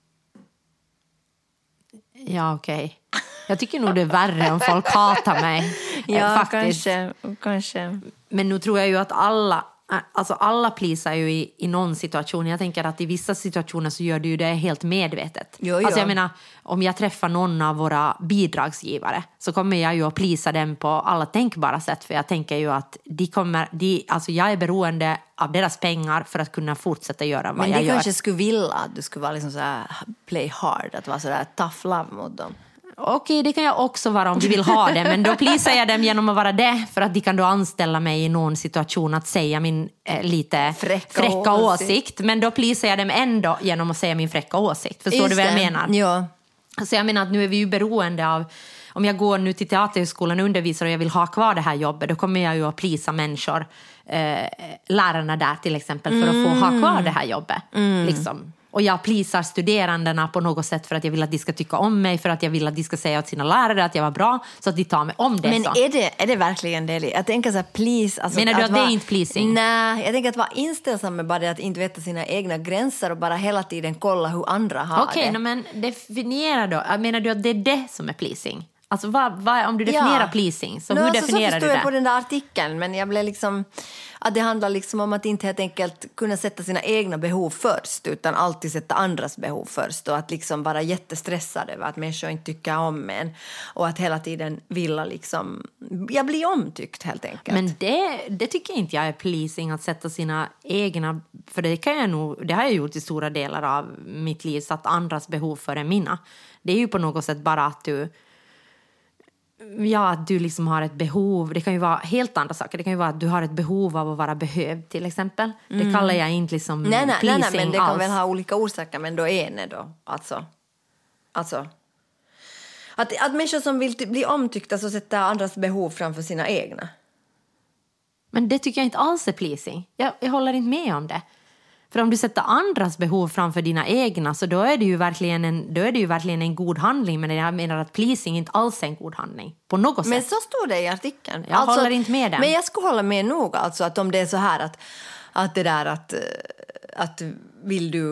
Ja, okej. Jag tycker nog det är värre om folk hatar mig. eh, Ja, faktiskt. kanske. kanske. Men nu tror jag ju att alla, alltså alla plisar ju i, i någon situation. Jag tänker att i vissa situationer så gör du ju det helt medvetet. Jo, jo. Alltså jag menar, om jag träffar någon av våra bidragsgivare så kommer jag ju att plisa dem på alla tänkbara sätt. För jag tänker ju att de kommer, de, alltså jag är beroende av deras pengar för att kunna fortsätta göra vad Men jag de gör. kanske skulle vilja att du skulle vara liksom så här play hard, att vara så där tough love mot dem. Okej, det kan jag också vara om du vill ha det. Men då plisar jag dem genom att vara det. För att de kan då anställa mig i någon situation att säga min eh, lite Fräcka fräcka, åsikt. åsikt. Men då plisar jag dem ändå genom att säga min fräcka åsikt. Förstår Just du vad jag det. menar? Ja. Alltså jag menar att nu är vi ju beroende av... Om jag går nu till teaterhögskolan och undervisar och jag vill ha kvar det här jobbet, då kommer jag ju att plisa människor, eh, lärarna där till exempel, för att få ha kvar det här jobbet. Mm. Liksom. Och jag plisar studerandena på något sätt för att jag vill att de ska tycka om mig, för att jag vill att de ska säga åt sina lärare att jag var bra, så att de tar mig om det. Men så. är det, är det verkligen det? Jag tänker så här, please... Alltså, Menar du att det vara- är inte pleasing? Nej, jag tänker att vara inställsam med bara det att inte veta sina egna gränser och bara hela tiden kolla hur andra har Okej, det. no, men definiera då. Menar du att det är det som är pleasing? Alltså vad, vad, om du definierar Ja. pleasing, så No, hur alltså, definierar så du förstår jag det? på den där artikeln, men jag blev liksom... Att det handlar liksom om att inte helt enkelt kunna sätta sina egna behov först, utan alltid sätta andras behov först. Och att liksom vara jättestressad över att människor inte tycker om en. Och att hela tiden vilja liksom... Jag blir omtyckt helt enkelt. Men det, det tycker inte jag är pleasing, att sätta sina egna... För det kan jag nog, det har jag gjort i stora delar av mitt liv, satt andras behov före mina. Det är ju på något sätt bara att du... Ja, att du liksom har ett behov. Det kan ju vara helt andra saker. Det kan ju vara att du har ett behov av att vara behövd till exempel. Det kallar jag inte liksom nej, nej, nej, pleasing nej, men det kan alls. väl ha olika orsaker, men då är det då. Alltså... alltså att, att människor som vill ty- bli omtyckta så sätter andras behov framför sina egna. Men det tycker jag inte alls är pleasing. Jag, jag håller inte med om det. För om du sätter andras behov framför dina egna, så då är det ju verkligen en, då är det ju verkligen en god handling. Men jag menar att pleasing inte alls är en god handling. På något Men sätt. så står det i artikeln. Jag håller inte med den. Men jag skulle hålla med nog. Alltså, att om det är så här att, att det där att, eh, att vill du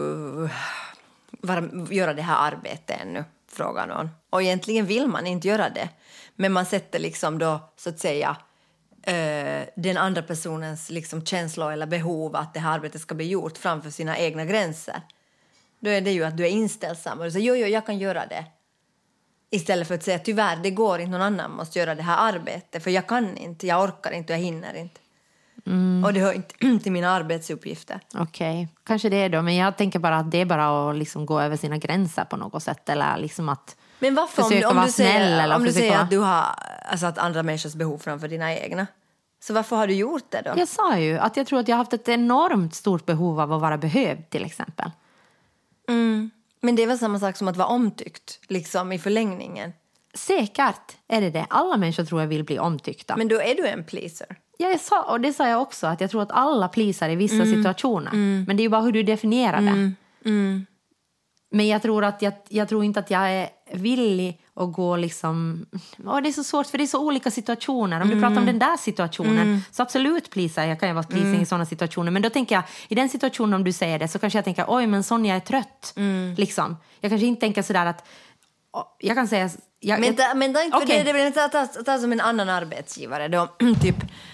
vara, göra det här arbetet ännu, frågar någon. Och egentligen vill man inte göra det. Men man sätter liksom då, så att säga, eh, den andra personens liksom känslor eller behov att det här arbetet ska bli gjort framför sina egna gränser. Då är det ju att du är inställsam och du säger, jo, jo, jag kan göra det. Istället för att säga, tyvärr, det går inte, någon annan måste göra det här arbetet. För jag kan inte, jag orkar inte, jag hinner inte. Mm. Och det hör inte till mina arbetsuppgifter. Okej, kanske det är då. Men jag tänker bara att det är bara att liksom gå över sina gränser på något sätt. Eller liksom att Men varför om, försöka om vara du snäll säger, eller om du försöka säger vara- att du har alltså att andra människors behov framför dina egna? Så varför har du gjort det då? Jag sa ju att jag tror att jag har haft ett enormt stort behov av att vara behövd till exempel. Mm. Men det är väl samma sak som att vara omtyckt, liksom i förlängningen. Säkert är det det. Alla människor tror jag vill bli omtyckta. Men då är du en pleaser. Ja, jag sa, och det sa jag också, att jag tror att alla plisar i vissa Mm. situationer. Men det är ju bara hur du definierar det. Mm. Men jag tror, att jag, jag tror inte att jag är villig att gå liksom... Och det är så svårt för det är så olika situationer. Om du pratar om den där situationen mm. så absolut pleasar jag kan ju vara pleasing mm. i sådana situationer. Men då tänker jag, i den situationen om du säger det så kanske jag tänker, oj men Sonja är trött. Mm. Liksom. Jag kanske inte tänker sådär att... Jag kan säga... Jag, men jag, men då inte okay. det, det vill inte ta, ta, ta som en annan arbetsgivare då, typ...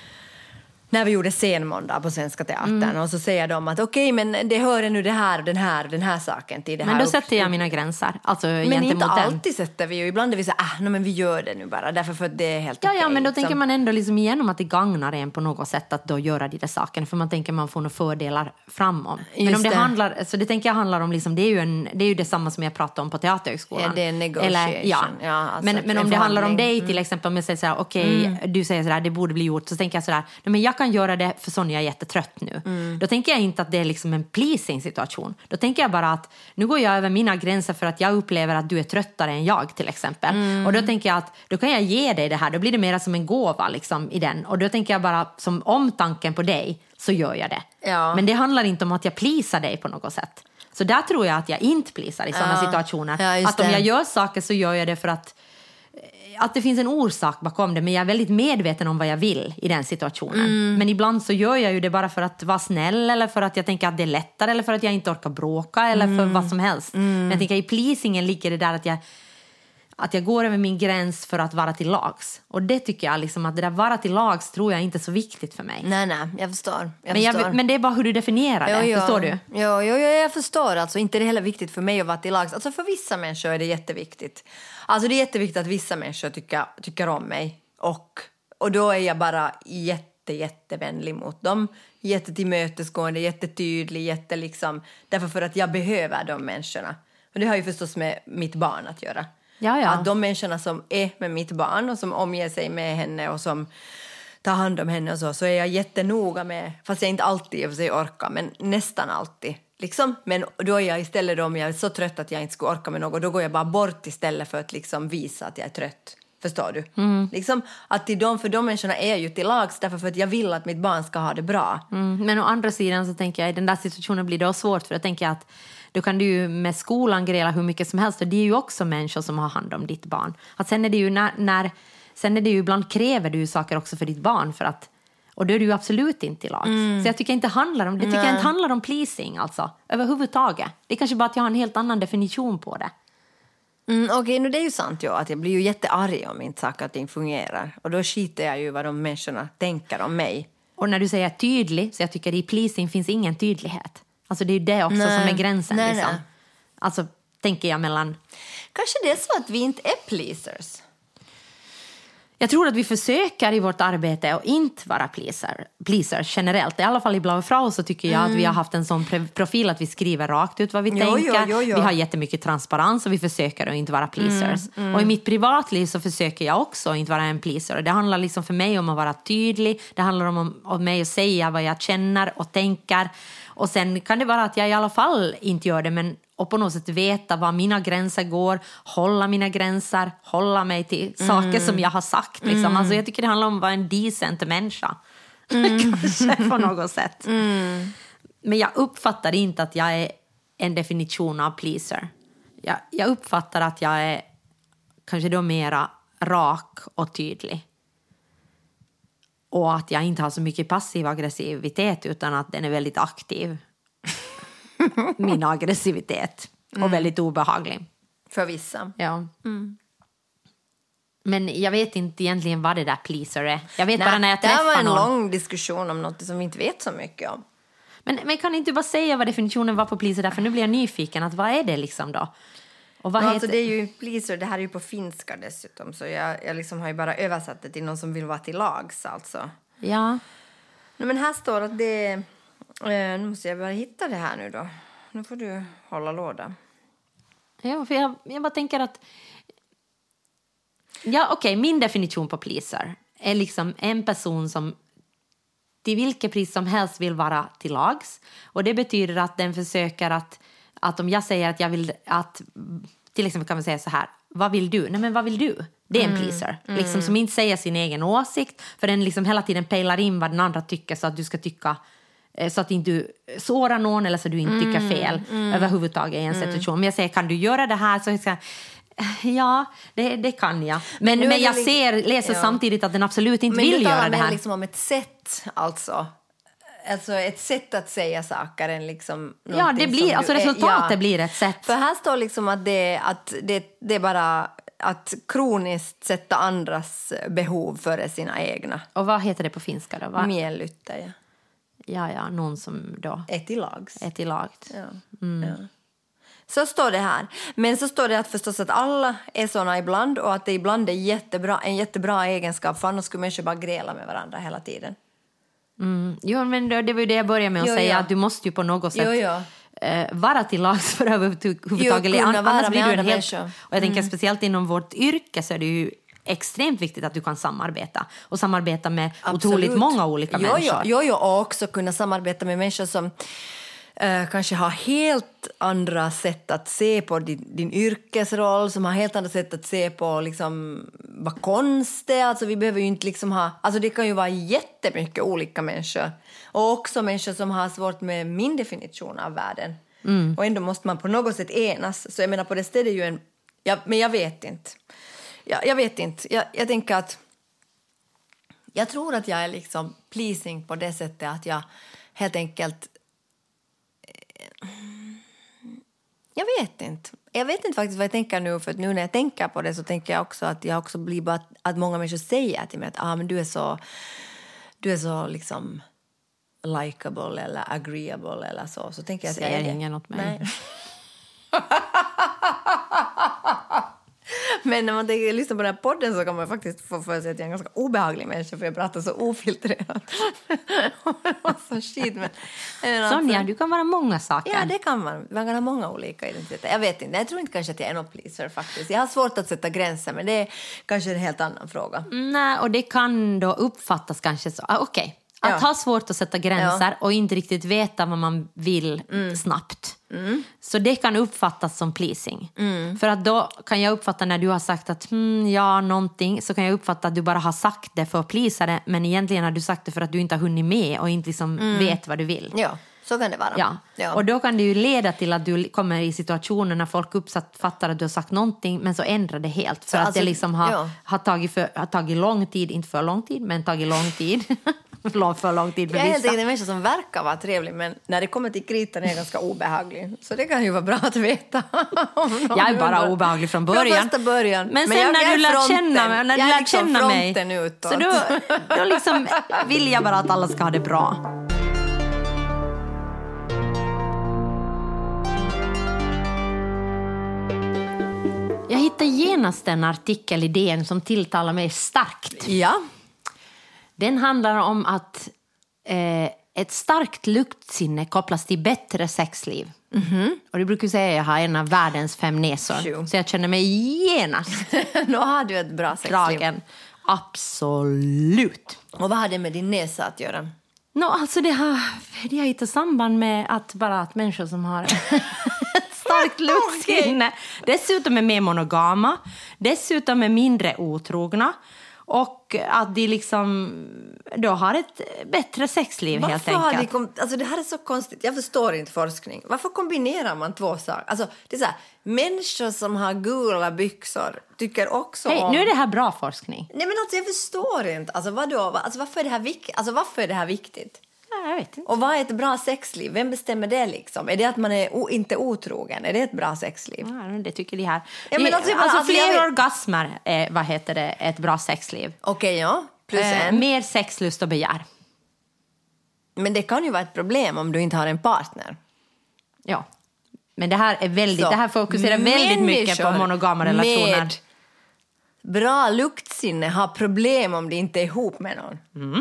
När vi gjorde scenmåndag på Svenska Teatern mm. och så säger de att okej, okay, men det hör nu det här och den här, den här saken till det här. Men då sätter jag mina gränser. Alltså, men inte alltid den. Sätter vi ju. Ibland är vi så ah, no, men vi gör det nu bara. Därför för att det är helt ja, okej. Ja, men då liksom. tänker man ändå liksom igenom att det gagnar en på något sätt att då göra de där sakerna. För man tänker man får några fördelar framom. Men Just om det, det. handlar, så det tänker jag handlar om liksom, det är ju, en, det är ju detsamma som jag pratade om på Teaterhögskolan. Ja, det är en negotiation. Eller, ja. ja alltså men men om det handlar om dig till mm. exempel, om jag säger så här, okej, okay, mm. du säger så här, det borde bli gjort. Så tänker jag så här, nej, men jag kan göra det för Sonja är jättetrött nu. Mm. Då tänker jag inte att det är liksom en pleasing situation. Då tänker jag bara att nu går jag över mina gränser för att jag upplever att du är tröttare än jag till exempel. Mm. Och då tänker jag att då kan jag ge dig det här. Då blir det mer som en gåva liksom i den. Och då tänker jag bara som omtanken på dig så gör jag det. Ja. Men det handlar inte om att jag pleasar dig på något sätt. Så där tror jag att jag inte pleasar i sådana ja. situationer. Ja, att om jag gör saker så gör jag det för att att det finns en orsak bakom det, men jag är väldigt medveten om vad jag vill i den situationen. Mm. Men ibland så gör jag ju det bara för att vara snäll eller för att jag tänker att det är lättare eller för att jag inte orkar bråka eller för mm. vad som helst. Mm. Men jag tänker i pleasingen ligger det där att jag att jag går över min gräns för att vara till lags. Och det tycker jag liksom att det där vara till lags tror jag inte är så viktigt för mig. Nej, nej, jag förstår. Jag men, förstår. Jag, men det är bara hur du definierar det, jo, jo. förstår du? Jo, jo, jo, jag förstår. Alltså, inte är det heller viktigt för mig att vara till lags. Alltså för vissa människor är det jätteviktigt. Alltså det är jätteviktigt att vissa människor tycker, tycker om mig. Och, och då är jag bara jätte, jättevänlig mot dem. Jättetillmötesgående, jättetydlig, jätte liksom. Därför för att jag behöver de människorna. Och det har ju förstås med mitt barn att göra. Ja, ja. Att de människorna som är med mitt barn och som omger sig med henne och som tar hand om henne och så, så är jag jättenoga med, fast jag inte alltid i och för sig orkar, men nästan alltid. Liksom. Men då är jag istället, om jag är så trött att jag inte skulle orka med något, då går jag bara bort istället för att liksom visa att jag är trött. Förstår du? Mm. Liksom, att till dem, för de människorna är ju till lags därför för att jag vill att mitt barn ska ha det bra. Mm. Men å andra sidan så tänker jag, i den där situationen blir det svårt, för jag tänker att då kan du ju med skolan grela hur mycket som helst, och det är ju också människor som har hand om ditt barn. Att sen är det ju när, när sen är det ju ibland kräver du ju saker också för ditt barn, för att, och då är du ju absolut inte till lags. Mm. Så jag tycker inte handlar om det tycker jag inte handlar om pleasing alltså överhuvudtaget. Det är kanske bara att jag har en helt annan definition på det. Mm, Okej, okay, nu det är ju sant ju att jag blir ju jättearg om inte saker och ting fungerar. Och då skiter jag ju vad de människorna tänker om mig. Och när du säger tydlig, så jag tycker i pleasing finns ingen tydlighet. Alltså det är ju det också nej, som är gränsen. Nej, liksom. Nej. Alltså tänker jag mellan... Kanske det är så att vi inte är pleasers. Jag tror att vi försöker i vårt arbete att inte vara pleaser, pleasers generellt. I alla fall i Blau Frau så tycker jag mm. att vi har haft en sån profil att vi skriver rakt ut vad vi jo, tänker. Jo, jo, jo. Vi har jättemycket transparens och vi försöker att inte vara pleasers. Mm, mm. Och i mitt privatliv så försöker jag också att inte vara en pleaser. Det handlar liksom för mig om att vara tydlig. Det handlar om, om mig att säga vad jag känner och tänker. Och sen kan det vara att jag i alla fall inte gör det, men och på något sätt veta var mina gränser går, hålla mina gränser, hålla mig till mm. saker som jag har sagt. Liksom. Mm. Alltså jag tycker det handlar om att vara en decent människa. Mm. Kanske på något sätt. Mm. Men jag uppfattar inte att jag är en definition av pleaser. Jag, jag uppfattar att jag är kanske då mera rak och tydlig. Och att jag inte har så mycket passiv aggressivitet utan att den är väldigt aktiv. Min aggressivitet. Och mm. väldigt obehaglig. För vissa. Ja. Mm. Men jag vet inte egentligen vad det där pleaser är. Jag vet Nej, bara när jag träffar någon. Det var en någon. lång diskussion om något som vi inte vet så mycket om. Men, men kan inte bara säga vad definitionen var på pleaser där? För nu blir jag nyfiken. Att vad är det liksom då? Och vad no, heter... alltså det är ju pleaser, det här är ju på finska dessutom. Så jag, jag liksom har ju bara översatt det till någon som vill vara till lags alltså. Ja. No, men här står att det är... Eh, nu måste jag bara hitta det här nu då. Nu får du hålla låda. Ja, för jag, jag bara tänker att... Ja, okej, okay, min definition på pleaser är liksom en person som till vilket pris som helst vill vara till lags. Och det betyder att den försöker att, att om jag säger att jag vill att, till exempel kan man säga så här, vad vill du? Nej men vad vill du? Det är en pleaser. Mm. Liksom, som inte säger sin egen åsikt, för den liksom hela tiden pejlar in vad den andra tycker så att du ska tycka, så att inte du sårar någon eller så att du inte tycker fel mm. Mm. överhuvudtaget i en situation. Men jag säger, kan du göra det här? Så jag ska, Ja, det, det kan jag. Men, nu är men det jag li- ser, läser ja. samtidigt att den absolut inte Men vill du göra talar det mer här. liksom om ett sätt, alltså. Alltså ett sätt att säga saker än liksom Ja, någonting det blir, som alltså du är- resultatet ja. blir ett sätt. För här står liksom att det, att det, det är bara att kroniskt sätta andras behov före sina egna. Och vad heter det på finska då? Va? Miellyttä ja. Ja, ja, någon som då Ett i lags. är till laget. Ja. Ja. Så står det här. Men så står det att förstås att alla är såna ibland och att det ibland är jättebra, en jättebra egenskap, för annars skulle människor bara gräla med varandra hela tiden. Mm. Jo, men det, det var ju det jag började med att Jo, säga, ja. att du måste ju på något sätt Jo, ja. eh, vara till lags för att överhuvudtaget. Jo, kunna vara Annars blir med du en andra helt, människor. och jag tänker speciellt inom vårt yrke så är det ju extremt viktigt att du kan samarbeta och samarbeta med Absolut. otroligt många olika jo, människor. Jo, jo, jo, och också kunna samarbeta med människor som eh, kanske har helt andra sätt att se på din, din yrkesroll, som har helt andra sätt att se på liksom, vad konst är. Alltså, vi behöver ju inte liksom ha, alltså, det kan ju vara jättemycket olika människor. Och också människor som har svårt med min definition av världen. Mm. Och ändå måste man på något sätt enas. Så jag menar, på det stället är ju en... Ja, men jag vet inte. Jag, jag vet inte. Jag, jag tänker att... Jag tror att jag är liksom pleasing på det sättet att jag helt enkelt... Jag vet inte. Jag vet inte faktiskt vad jag tänker nu, för att nu när jag tänker på det så tänker jag också att jag också blir bara att, att många människor säger till mig att ah, men du är så... Du är så liksom... likable eller agreeable eller så. Så tänker jag att Säger jag är det. ingen åt mig. Nej. Men när man tänker, lyssnar på den här podden så kan man faktiskt få för sig att jag är en ganska obehaglig människa, för jag pratar så ofiltrerat. så shit, men, Sonja, du kan vara många saker. Ja, det kan man. Man kan ha många olika identiteter. Jag vet inte. Jag tror inte kanske att jag är någon pleaser faktiskt. Jag har svårt att sätta gränser, men det är kanske en helt annan fråga. Nej, och det kan då uppfattas kanske så. Ah, okej. Okay. Att Ja. ha svårt att sätta gränser Ja. och inte riktigt veta vad man vill Mm. snabbt. Mm. Så det kan uppfattas som pleasing. Mm. För att då kan jag uppfatta när du har sagt att hmm, ja, någonting, så kan jag uppfatta att du bara har sagt det för att pleasa det, men egentligen har du sagt det för att du inte har hunnit med och inte liksom Mm. vet vad du vill. Ja, så kan det vara. Ja. Ja. Och då kan det ju leda till att du kommer i situationer när folk uppfattar att du har sagt någonting, men så ändrar det helt. För Så att alltså, det liksom har, ja. har, tagit för, har tagit lång tid, inte för lång tid, men tagit lång tid. för lång tid för Jag är helt vissa. enkelt en människa som verkar vara trevlig, men när det kommer till kritan är jag ganska obehaglig. Så det kan ju vara bra att veta. Jag är bara obehaglig från början. Från första början. Men sen Men jag när är du lär fronten. känna mig, när du Jag är lär liksom känna mig, fronten utåt. så då, då liksom vill jag bara att alla ska ha det bra. Jag hittade genast en artikel i D N som tilltalar mig starkt. Ja. Den handlar om att eh, ett starkt luktsinne kopplas till bättre sexliv. Mm-hmm. Och det brukar säga att jag har en av världens fem näsor. Jo. Så jag känner mig genast Nu har du ett bra sexliv. dragen. Absolut. Och vad har det med din näsa att göra? No, alltså det har, det har hittat samband med att bara att människor som har starkt luktsinne dessutom är mer monogama, dessutom är mindre otrogna och att de liksom då har ett bättre sexliv. Varför helt har enkelt. de kom- alltså det här är så konstigt. Jag förstår inte forskning. Varför kombinerar man två saker? Alltså det är så här, människor som har gula byxor tycker också Hej, om... nu är det här bra forskning. Nej, men alltså jag förstår inte. Alltså vadå? Alltså varför är det här viktigt? Alltså varför är det här viktigt? Ja, jag vet inte. Och vad är ett bra sexliv? Vem bestämmer det liksom? Är det att man är o- inte otrogen? Är det ett bra sexliv? Ja, det tycker de här. Ja, men Det- alltså, jag bara- alltså, alltså, fler jag vet- orgasmer är, vad heter det, ett bra sexliv. Okej, ja. Plus Eh, en. mer sexlust och begär. Men det kan ju vara ett problem om du inte har en partner. Ja. Men det här är väldigt, Så, det här fokuserar väldigt mycket på människor monogama relationer. med bra luktsinne har problem om de inte är ihop med någon.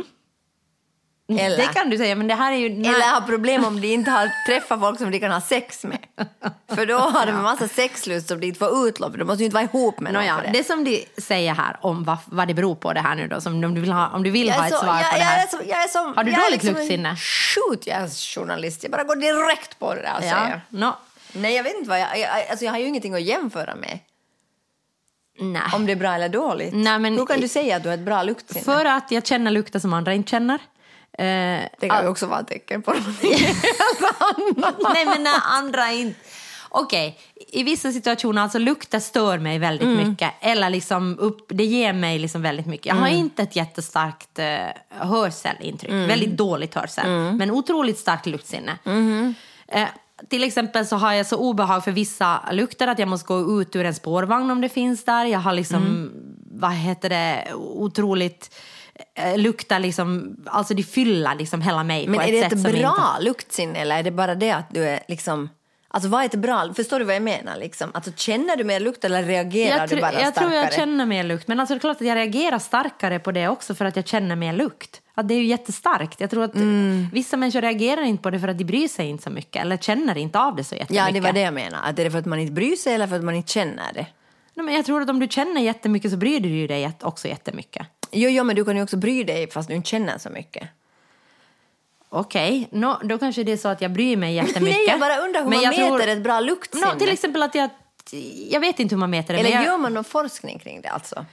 Eller, Det kan du säga, men det här är ju... eller har problem om de inte har träffat folk som de kan ha sex med. För då har de en massa sexlust som de inte får utlopp. De måste ju inte vara ihop med någon Nåja, för det. det som de säger här om vad, vad det beror på det här nu då, som om du vill ha, om du vill Jag ha är ett så- svar jag- på det jag här. är så- jag är som- Har du jag är dåligt liksom en luktsinne? Shoot, jag är journalist. Jag bara går direkt på det där och Ja, säger. no. Nej, jag vet inte vad jag, jag, alltså jag har ju ingenting att jämföra med. Nej. Om det är bra eller dåligt. Nej, men- Hur kan du säga att du har ett bra luktsinne? För att jag känner lukter som andra inte känner. Eh, Det kan ju också vara ett tecken på någonting. Nej, men när andra inte... Okej, i vissa situationer alltså lukter stör mig väldigt mm. mycket. Eller liksom upp, det ger mig liksom väldigt mycket. Jag har mm. inte ett jättestarkt uh, hörselintryck. Mm. Väldigt dåligt hörsel. Mm. Men otroligt starkt luktsinne. Mm. Uh, till exempel så har jag så obehag för vissa lukter att jag måste gå ut ur en spårvagn om det finns där. Jag har liksom, mm. vad heter det, otroligt... luktar liksom, alltså det fyllar liksom hela mig. Men på är ett det sätt ett bra inte... luktsinne eller är det bara det att du är liksom, alltså vad är det bra, förstår du vad jag menar liksom? Alltså känner du mer lukt eller reagerar jag du bara tr- jag starkare? tror jag känner mer lukt, men alltså det är klart att jag reagerar starkare på det också för att jag känner mer lukt. Att det är ju jättestarkt. Jag tror att mm. vissa människor reagerar inte på det för att de bryr sig inte så mycket eller känner inte av det så jättemycket. Ja, det var det jag menar. Att är det för att man inte bryr sig eller för att man inte känner det? Nej, men jag tror att om du känner jättemycket så bryr du dig också jättemycket. Jo, jo, men du kan ju också bry dig fast du inte känner så mycket. Okej, okay. no, då kanske det är så att jag bryr mig jättemycket. Nej, jag bara undrar hur men man mäter tror... ett bra luktsinne. No, till exempel att jag... Jag vet inte hur man mäter det. Eller men jag... gör man någon forskning kring det alltså?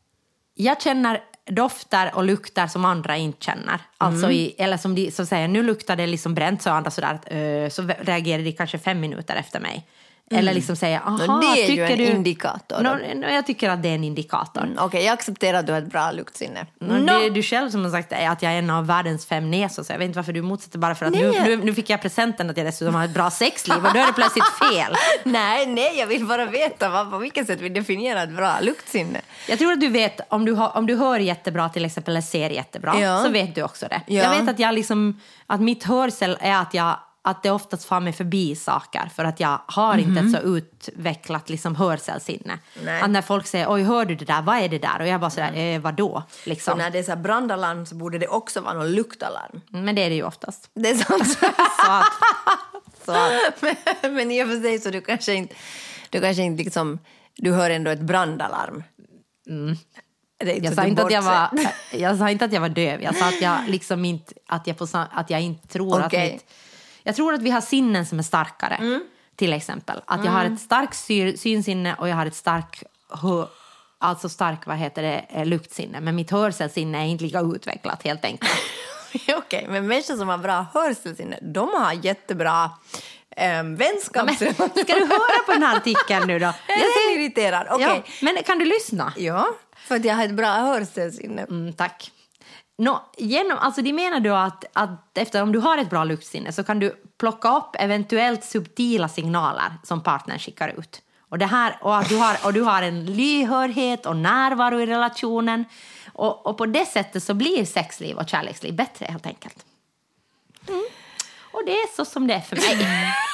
Jag känner dofter och lukter som andra inte känner. Alltså mm. i, eller som de som säger, nu luktar det liksom bränt så andra sådär. Uh, så reagerar de kanske fem minuter efter mig. Mm. Eller liksom säga, aha, det är tycker ju en du... indikator. No, no, jag tycker att det är en indikator. Mm, Okej, okay, jag accepterar att du har ett bra luktsinne. No, no. Det är du själv som har sagt att jag är en av världens fem näsor. Så jag vet inte varför du motsätter bara för att nu, nu, nu fick jag presenten att jag dessutom har ett bra sexliv. Och då är det plötsligt fel. nej, nej, jag vill bara veta vad, på vilket sätt vi definierar ett bra luktsinne. Jag tror att du vet, om du, har, om du hör jättebra till exempel eller ser jättebra, ja. Så vet du också det. Ja. Jag vet att, jag liksom, att mitt hörsel är att jag... att det oftast får mig förbi saker för att jag har mm-hmm. inte ett så utvecklat liksom hörselsinne. Att när folk säger, oj, hör du det där, vad är det där? Och jag bara sådär, mm. eh, vadå? Liksom. Så när det är så här brandalarm så borde det också vara någon luktalarm. Men det är det ju oftast. Det är sant. så att, så att. Men, men i och för sig så du kanske inte, du kanske inte liksom, du hör ändå ett brandalarm. Mm. Jag sa, inte att jag, var, jag sa inte att jag var döv. Jag sa att jag liksom inte, att jag, på, att jag inte tror okay. att mitt... Jag tror att vi har sinnen som är starkare. Mm. Till exempel. Att mm. jag har ett starkt syr, synsinne och jag har ett starkt alltså stark, vad heter det, luktsinne. Men mitt hörselsinne är inte lika utvecklat helt enkelt. Okej, okay, men människor som har bra hörselsinne, de har jättebra ähm, vänskap. Ja, ska du höra på den här artikeln nu då? Jag är irriterad. Okay. Ja, men kan du lyssna? Ja, för att jag har ett bra hörselsinne. Mm, tack. No, genom, alltså de menar då att, att efter, om du har ett bra luktsinne så kan du plocka upp eventuellt subtila signaler som partnern skickar ut. Och, det här, och, att du har, och du har en lyhördhet och närvaro i relationen. Och, och på det sättet så blir sexliv och kärleksliv bättre helt enkelt. Mm. Och det är så som det är för mig.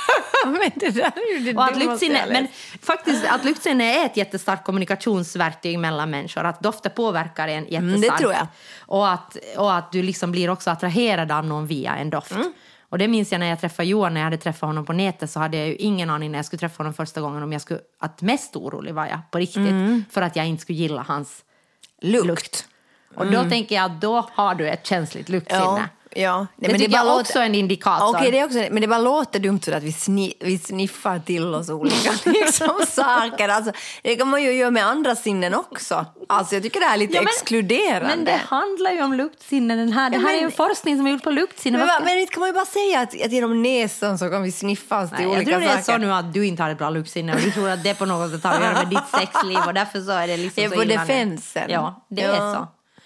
men det där är ju det och att luktsinne, men faktiskt att luktsinne är ett jättestarkt kommunikationsverktyg mellan människor. Att dofter påverkar en jättestarkt. Mm, det tror jag. Och att, och att du liksom blir också attraherad av någon via en doft. Mm. Och det minns jag när jag träffade Johan, när jag hade träffat honom på nätet så hade jag ju ingen aning när jag skulle träffa honom första gången om jag skulle, att mest orolig var jag på riktigt. Mm. För att jag inte skulle gilla hans lukt. lukt. Och då mm. tänker jag att då har du ett känsligt luktsinne. Ja. Ja, nej, det men tycker det är bara jag också låter... en indikator. Okej, det är också, men det bara låter dumt så att vi, sni, vi sniffar till oss olika liksom, saker. Alltså, det kan man ju göra med andra sinnen också. Alltså, jag tycker det är lite ja, men, exkluderande. Men det handlar ju om luktsinnen. Den här, det här men, är ju en forskning som är gjord på luktsinnen. Men, men kan man ju bara säga att, att genom näsan så kan vi sniffa oss till nej, olika saker. Jag tror det är så nu att du inte har ett bra luktsinne och du tror att det på något sätt har att göra med ditt sexliv och därför så är det liksom jag är så på defensen. Ja, det ja. är så.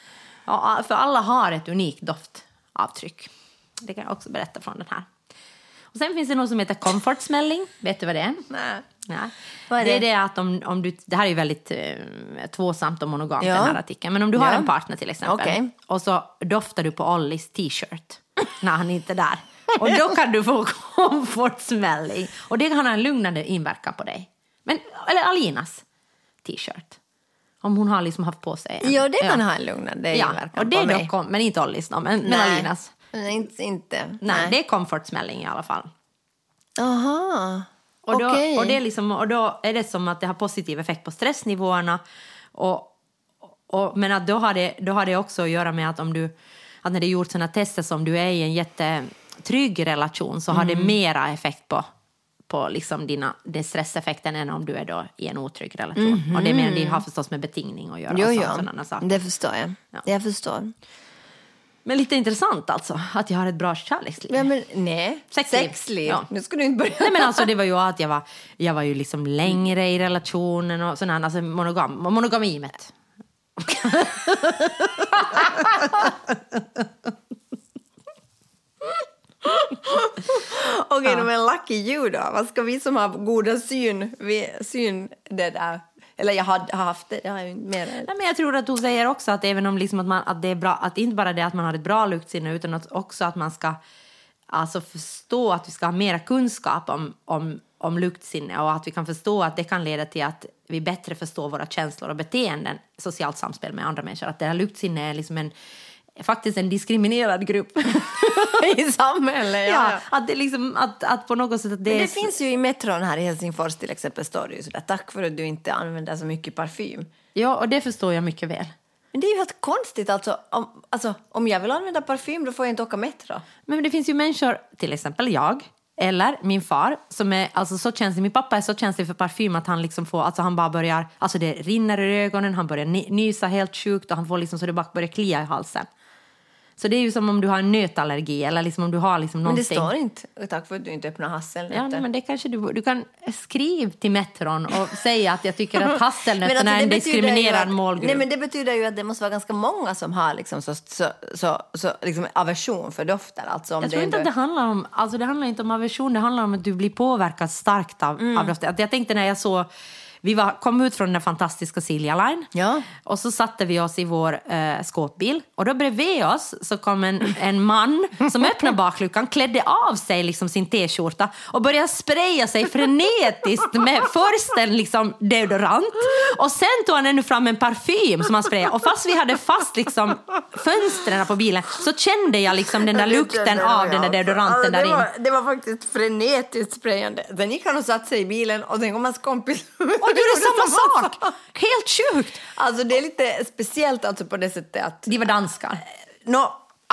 Ja, för alla har ett unikt doft. Avtryck. Det kan jag också berätta från den här. Och sen finns det något som heter comfort smelling. Vet du vad det är? Nej. Ja. Vad är det? det? Det är det att om, om du... Det här är ju väldigt eh, tvåsamt och monogamt ja. den här artikeln. Men om du har ja. en partner till exempel. Okay. Och så doftar du på Ollis t-shirt. när han inte är där. Och då kan du få comfort smelling. Och det kan ha en lugnande inverkan på dig. Men, eller Alinas t-shirt. Om hon har liksom haft på sig en. Ja, det kan ja. ha en lugnande ja. inverkan och det på är dock, men inte Ollis då, men, men Alinas. Nej, inte. inte. Nej, Nej, det är comfort smelling i alla fall. Aha, och då, okej. Och, det är liksom, och då är det som att det har positiv effekt på stressnivåerna. Och, och, men att då, har det, då har det också att göra med att om du, att när det är gjort sådana tester som du är i en jättetrygg relation så mm. har det mera effekt på på liksom dina, det stresseffekten än om du är då i en otrygg relation. Mm-hmm. Och det menar de har förstås med betingning att göra. Jo, och jo. sådana saker. Det förstår jag. Ja. Jag förstår. Men lite intressant alltså, att jag har ett bra kärleksliv. Ja, men nej, Sexliv. sexliv. Ja. Nu ska du inte börja. Nej, men alltså det var ju att jag var, jag var ju liksom längre i relationen och sådär, alltså monogam, monogamimet. Okej, okay, men lucky you då. Vad ska vi som har goda syn, vi, syn det där? Eller jag har, har haft det, jag har ju inte mer. Nej, men jag tror att du säger också att även om liksom att, man, att det är bra, att inte bara det att man har ett bra luktsinne, utan att också att man ska alltså förstå att vi ska ha mera kunskap om, om, om luktsinne, och att vi kan förstå att det kan leda till att vi bättre förstår våra känslor och beteenden, socialt samspel med andra människor. Att det här luktsinne är liksom en, faktiskt en diskriminerad grupp i samhället. Ja, ja, ja. Att det liksom att, att på något sätt att det, men det är... finns ju i metron här i Helsingfors till exempel, står det ju sådär: tack för att du inte använder så mycket parfym. Ja, och det förstår jag mycket väl. Men det är ju helt konstigt alltså om, alltså om jag vill använda parfym då får jag inte åka metro. Men det finns ju människor, till exempel jag eller min far, som är alltså så känslig. Min pappa är så känslig för parfym att han liksom får, alltså han bara börjar, alltså det rinner i ögonen, han börjar nysa helt sjukt och han får liksom så det bara börjar klia i halsen. Så det är ju som om du har en nötallergi eller liksom om du har liksom någonting. Men det står inte, tack för att du inte öppnar hasselnötter. Ja, nej, men det kanske du, du kan skriva till metron och säga att jag tycker att hasselnötterna alltså, är en diskriminerad att, målgrupp. Nej, men det betyder ju att det måste vara ganska många som har liksom så, så, så, så liksom aversion för dofter. Alltså om jag tror det inte att det handlar om, alltså det handlar inte om aversion, det handlar om att du blir påverkad starkt av, mm. av dofter. Jag tänkte när jag såg, vi var, kom ut från den fantastiska Silja Line. Ja. Och så satte vi oss i vår eh, skåpbil. Och då bredvid oss så kom en, en man som öppnade bakluckan, klädde av sig liksom sin t-skjorta och började spraya sig frenetiskt med först en liksom deodorant. Och sen tog han ännu fram en parfym som han sprayade. Och fast vi hade fast liksom fönstren på bilen så kände jag liksom den där lukten av den där deodoranten alltså, där det var, inne. det var faktiskt frenetiskt sprayande. Sen gick han och satt sig i bilen och sen kom hans kompis och gjorde samma sak. Helt sjukt. Alltså det är lite speciellt alltså på det sättet att de var danskar. No.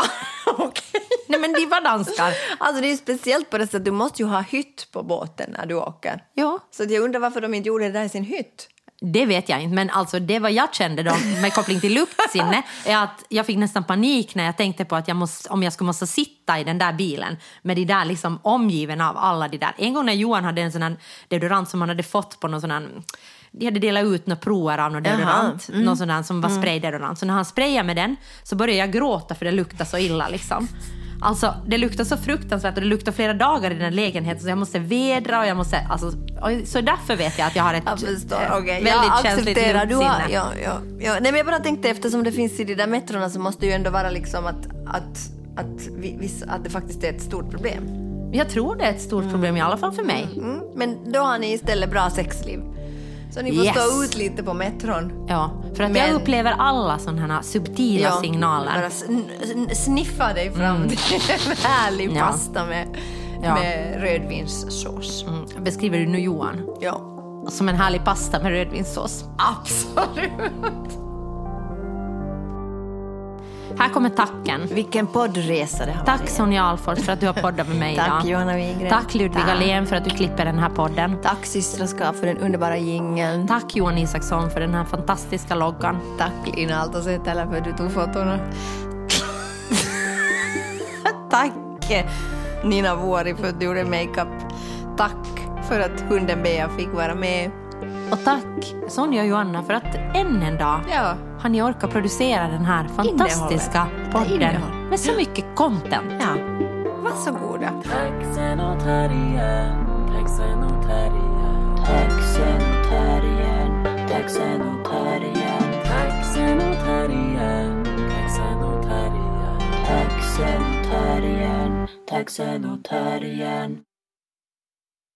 Okay. Nej, men de var danskar. Alltså det är speciellt på det sättet att du måste ju ha hytt på båten när du åker. Ja. Så jag undrar varför de inte gjorde det där i sin hytt. Det vet jag inte, men alltså det vad jag kände då med koppling till luktsinne är att jag fick nästan panik när jag tänkte på att jag måste, om jag skulle måste sitta i den där bilen med de där liksom omgiven av alla de där. En gång när Johan hade en sån här deodorant som han hade fått på någon sån här, de hade delat ut några prover av någon deodorant, mm. någon sån där som var spraydeodorant. Så när han sprayade med den så började jag gråta för det luktade så illa liksom. Alltså, det luktar så fruktansvärt och det luktar flera dagar i den lägenheten så jag måste vedra och jag måste, alltså, så därför vet jag att jag har ett jag förstår, äh, okay. väldigt jag känsligt luktsinne. Du har, ja, ja, ja. Nej, men jag bara tänkte, eftersom det finns i de där metrorna så måste det ju ändå vara liksom att, att, att, vi, att det faktiskt är ett stort problem. Jag tror det är ett stort problem i alla fall för mig. Mm. Men då har ni istället bra sexliv. Så ni får yes. stå ut lite på metron. Ja, för att men, jag upplever alla sådana här subtila ja, signaler. Bara sn- sniffa dig fram mm. till en härlig ja. pasta med, ja. med rödvinssås. Mm. Beskriver du nu Johan? Ja. Som en härlig pasta med rödvinssås? Absolut. Här kommer tacken. Vilken poddresa det har Tack varit. Sonja Alfors för att du har poddat med mig Tack, idag. Tack Johanna Wigren. Tack Ludvig Alén för att du klipper den här podden. Tack systraskap för den underbara jingeln. Tack Johan Isaksson för den här fantastiska loggan. Tack Lina Aaltosetälä för att du tog fotona. Tack Nina Vuori för att du gjorde makeup. Tack för att hunden Bea fick vara med. Och tack Sonja och Johanna för att än en dag ja. har ni orkat producera den här fantastiska podden med så mycket content. Ja. Varsågoda. Tack sen och här igen. Tack sen och här igen. Tack sen och här igen. Tack sen och här igen. Tack sen och här igen. Tack sen och här igen. Tack sen och här igen. Tack sen och här igen.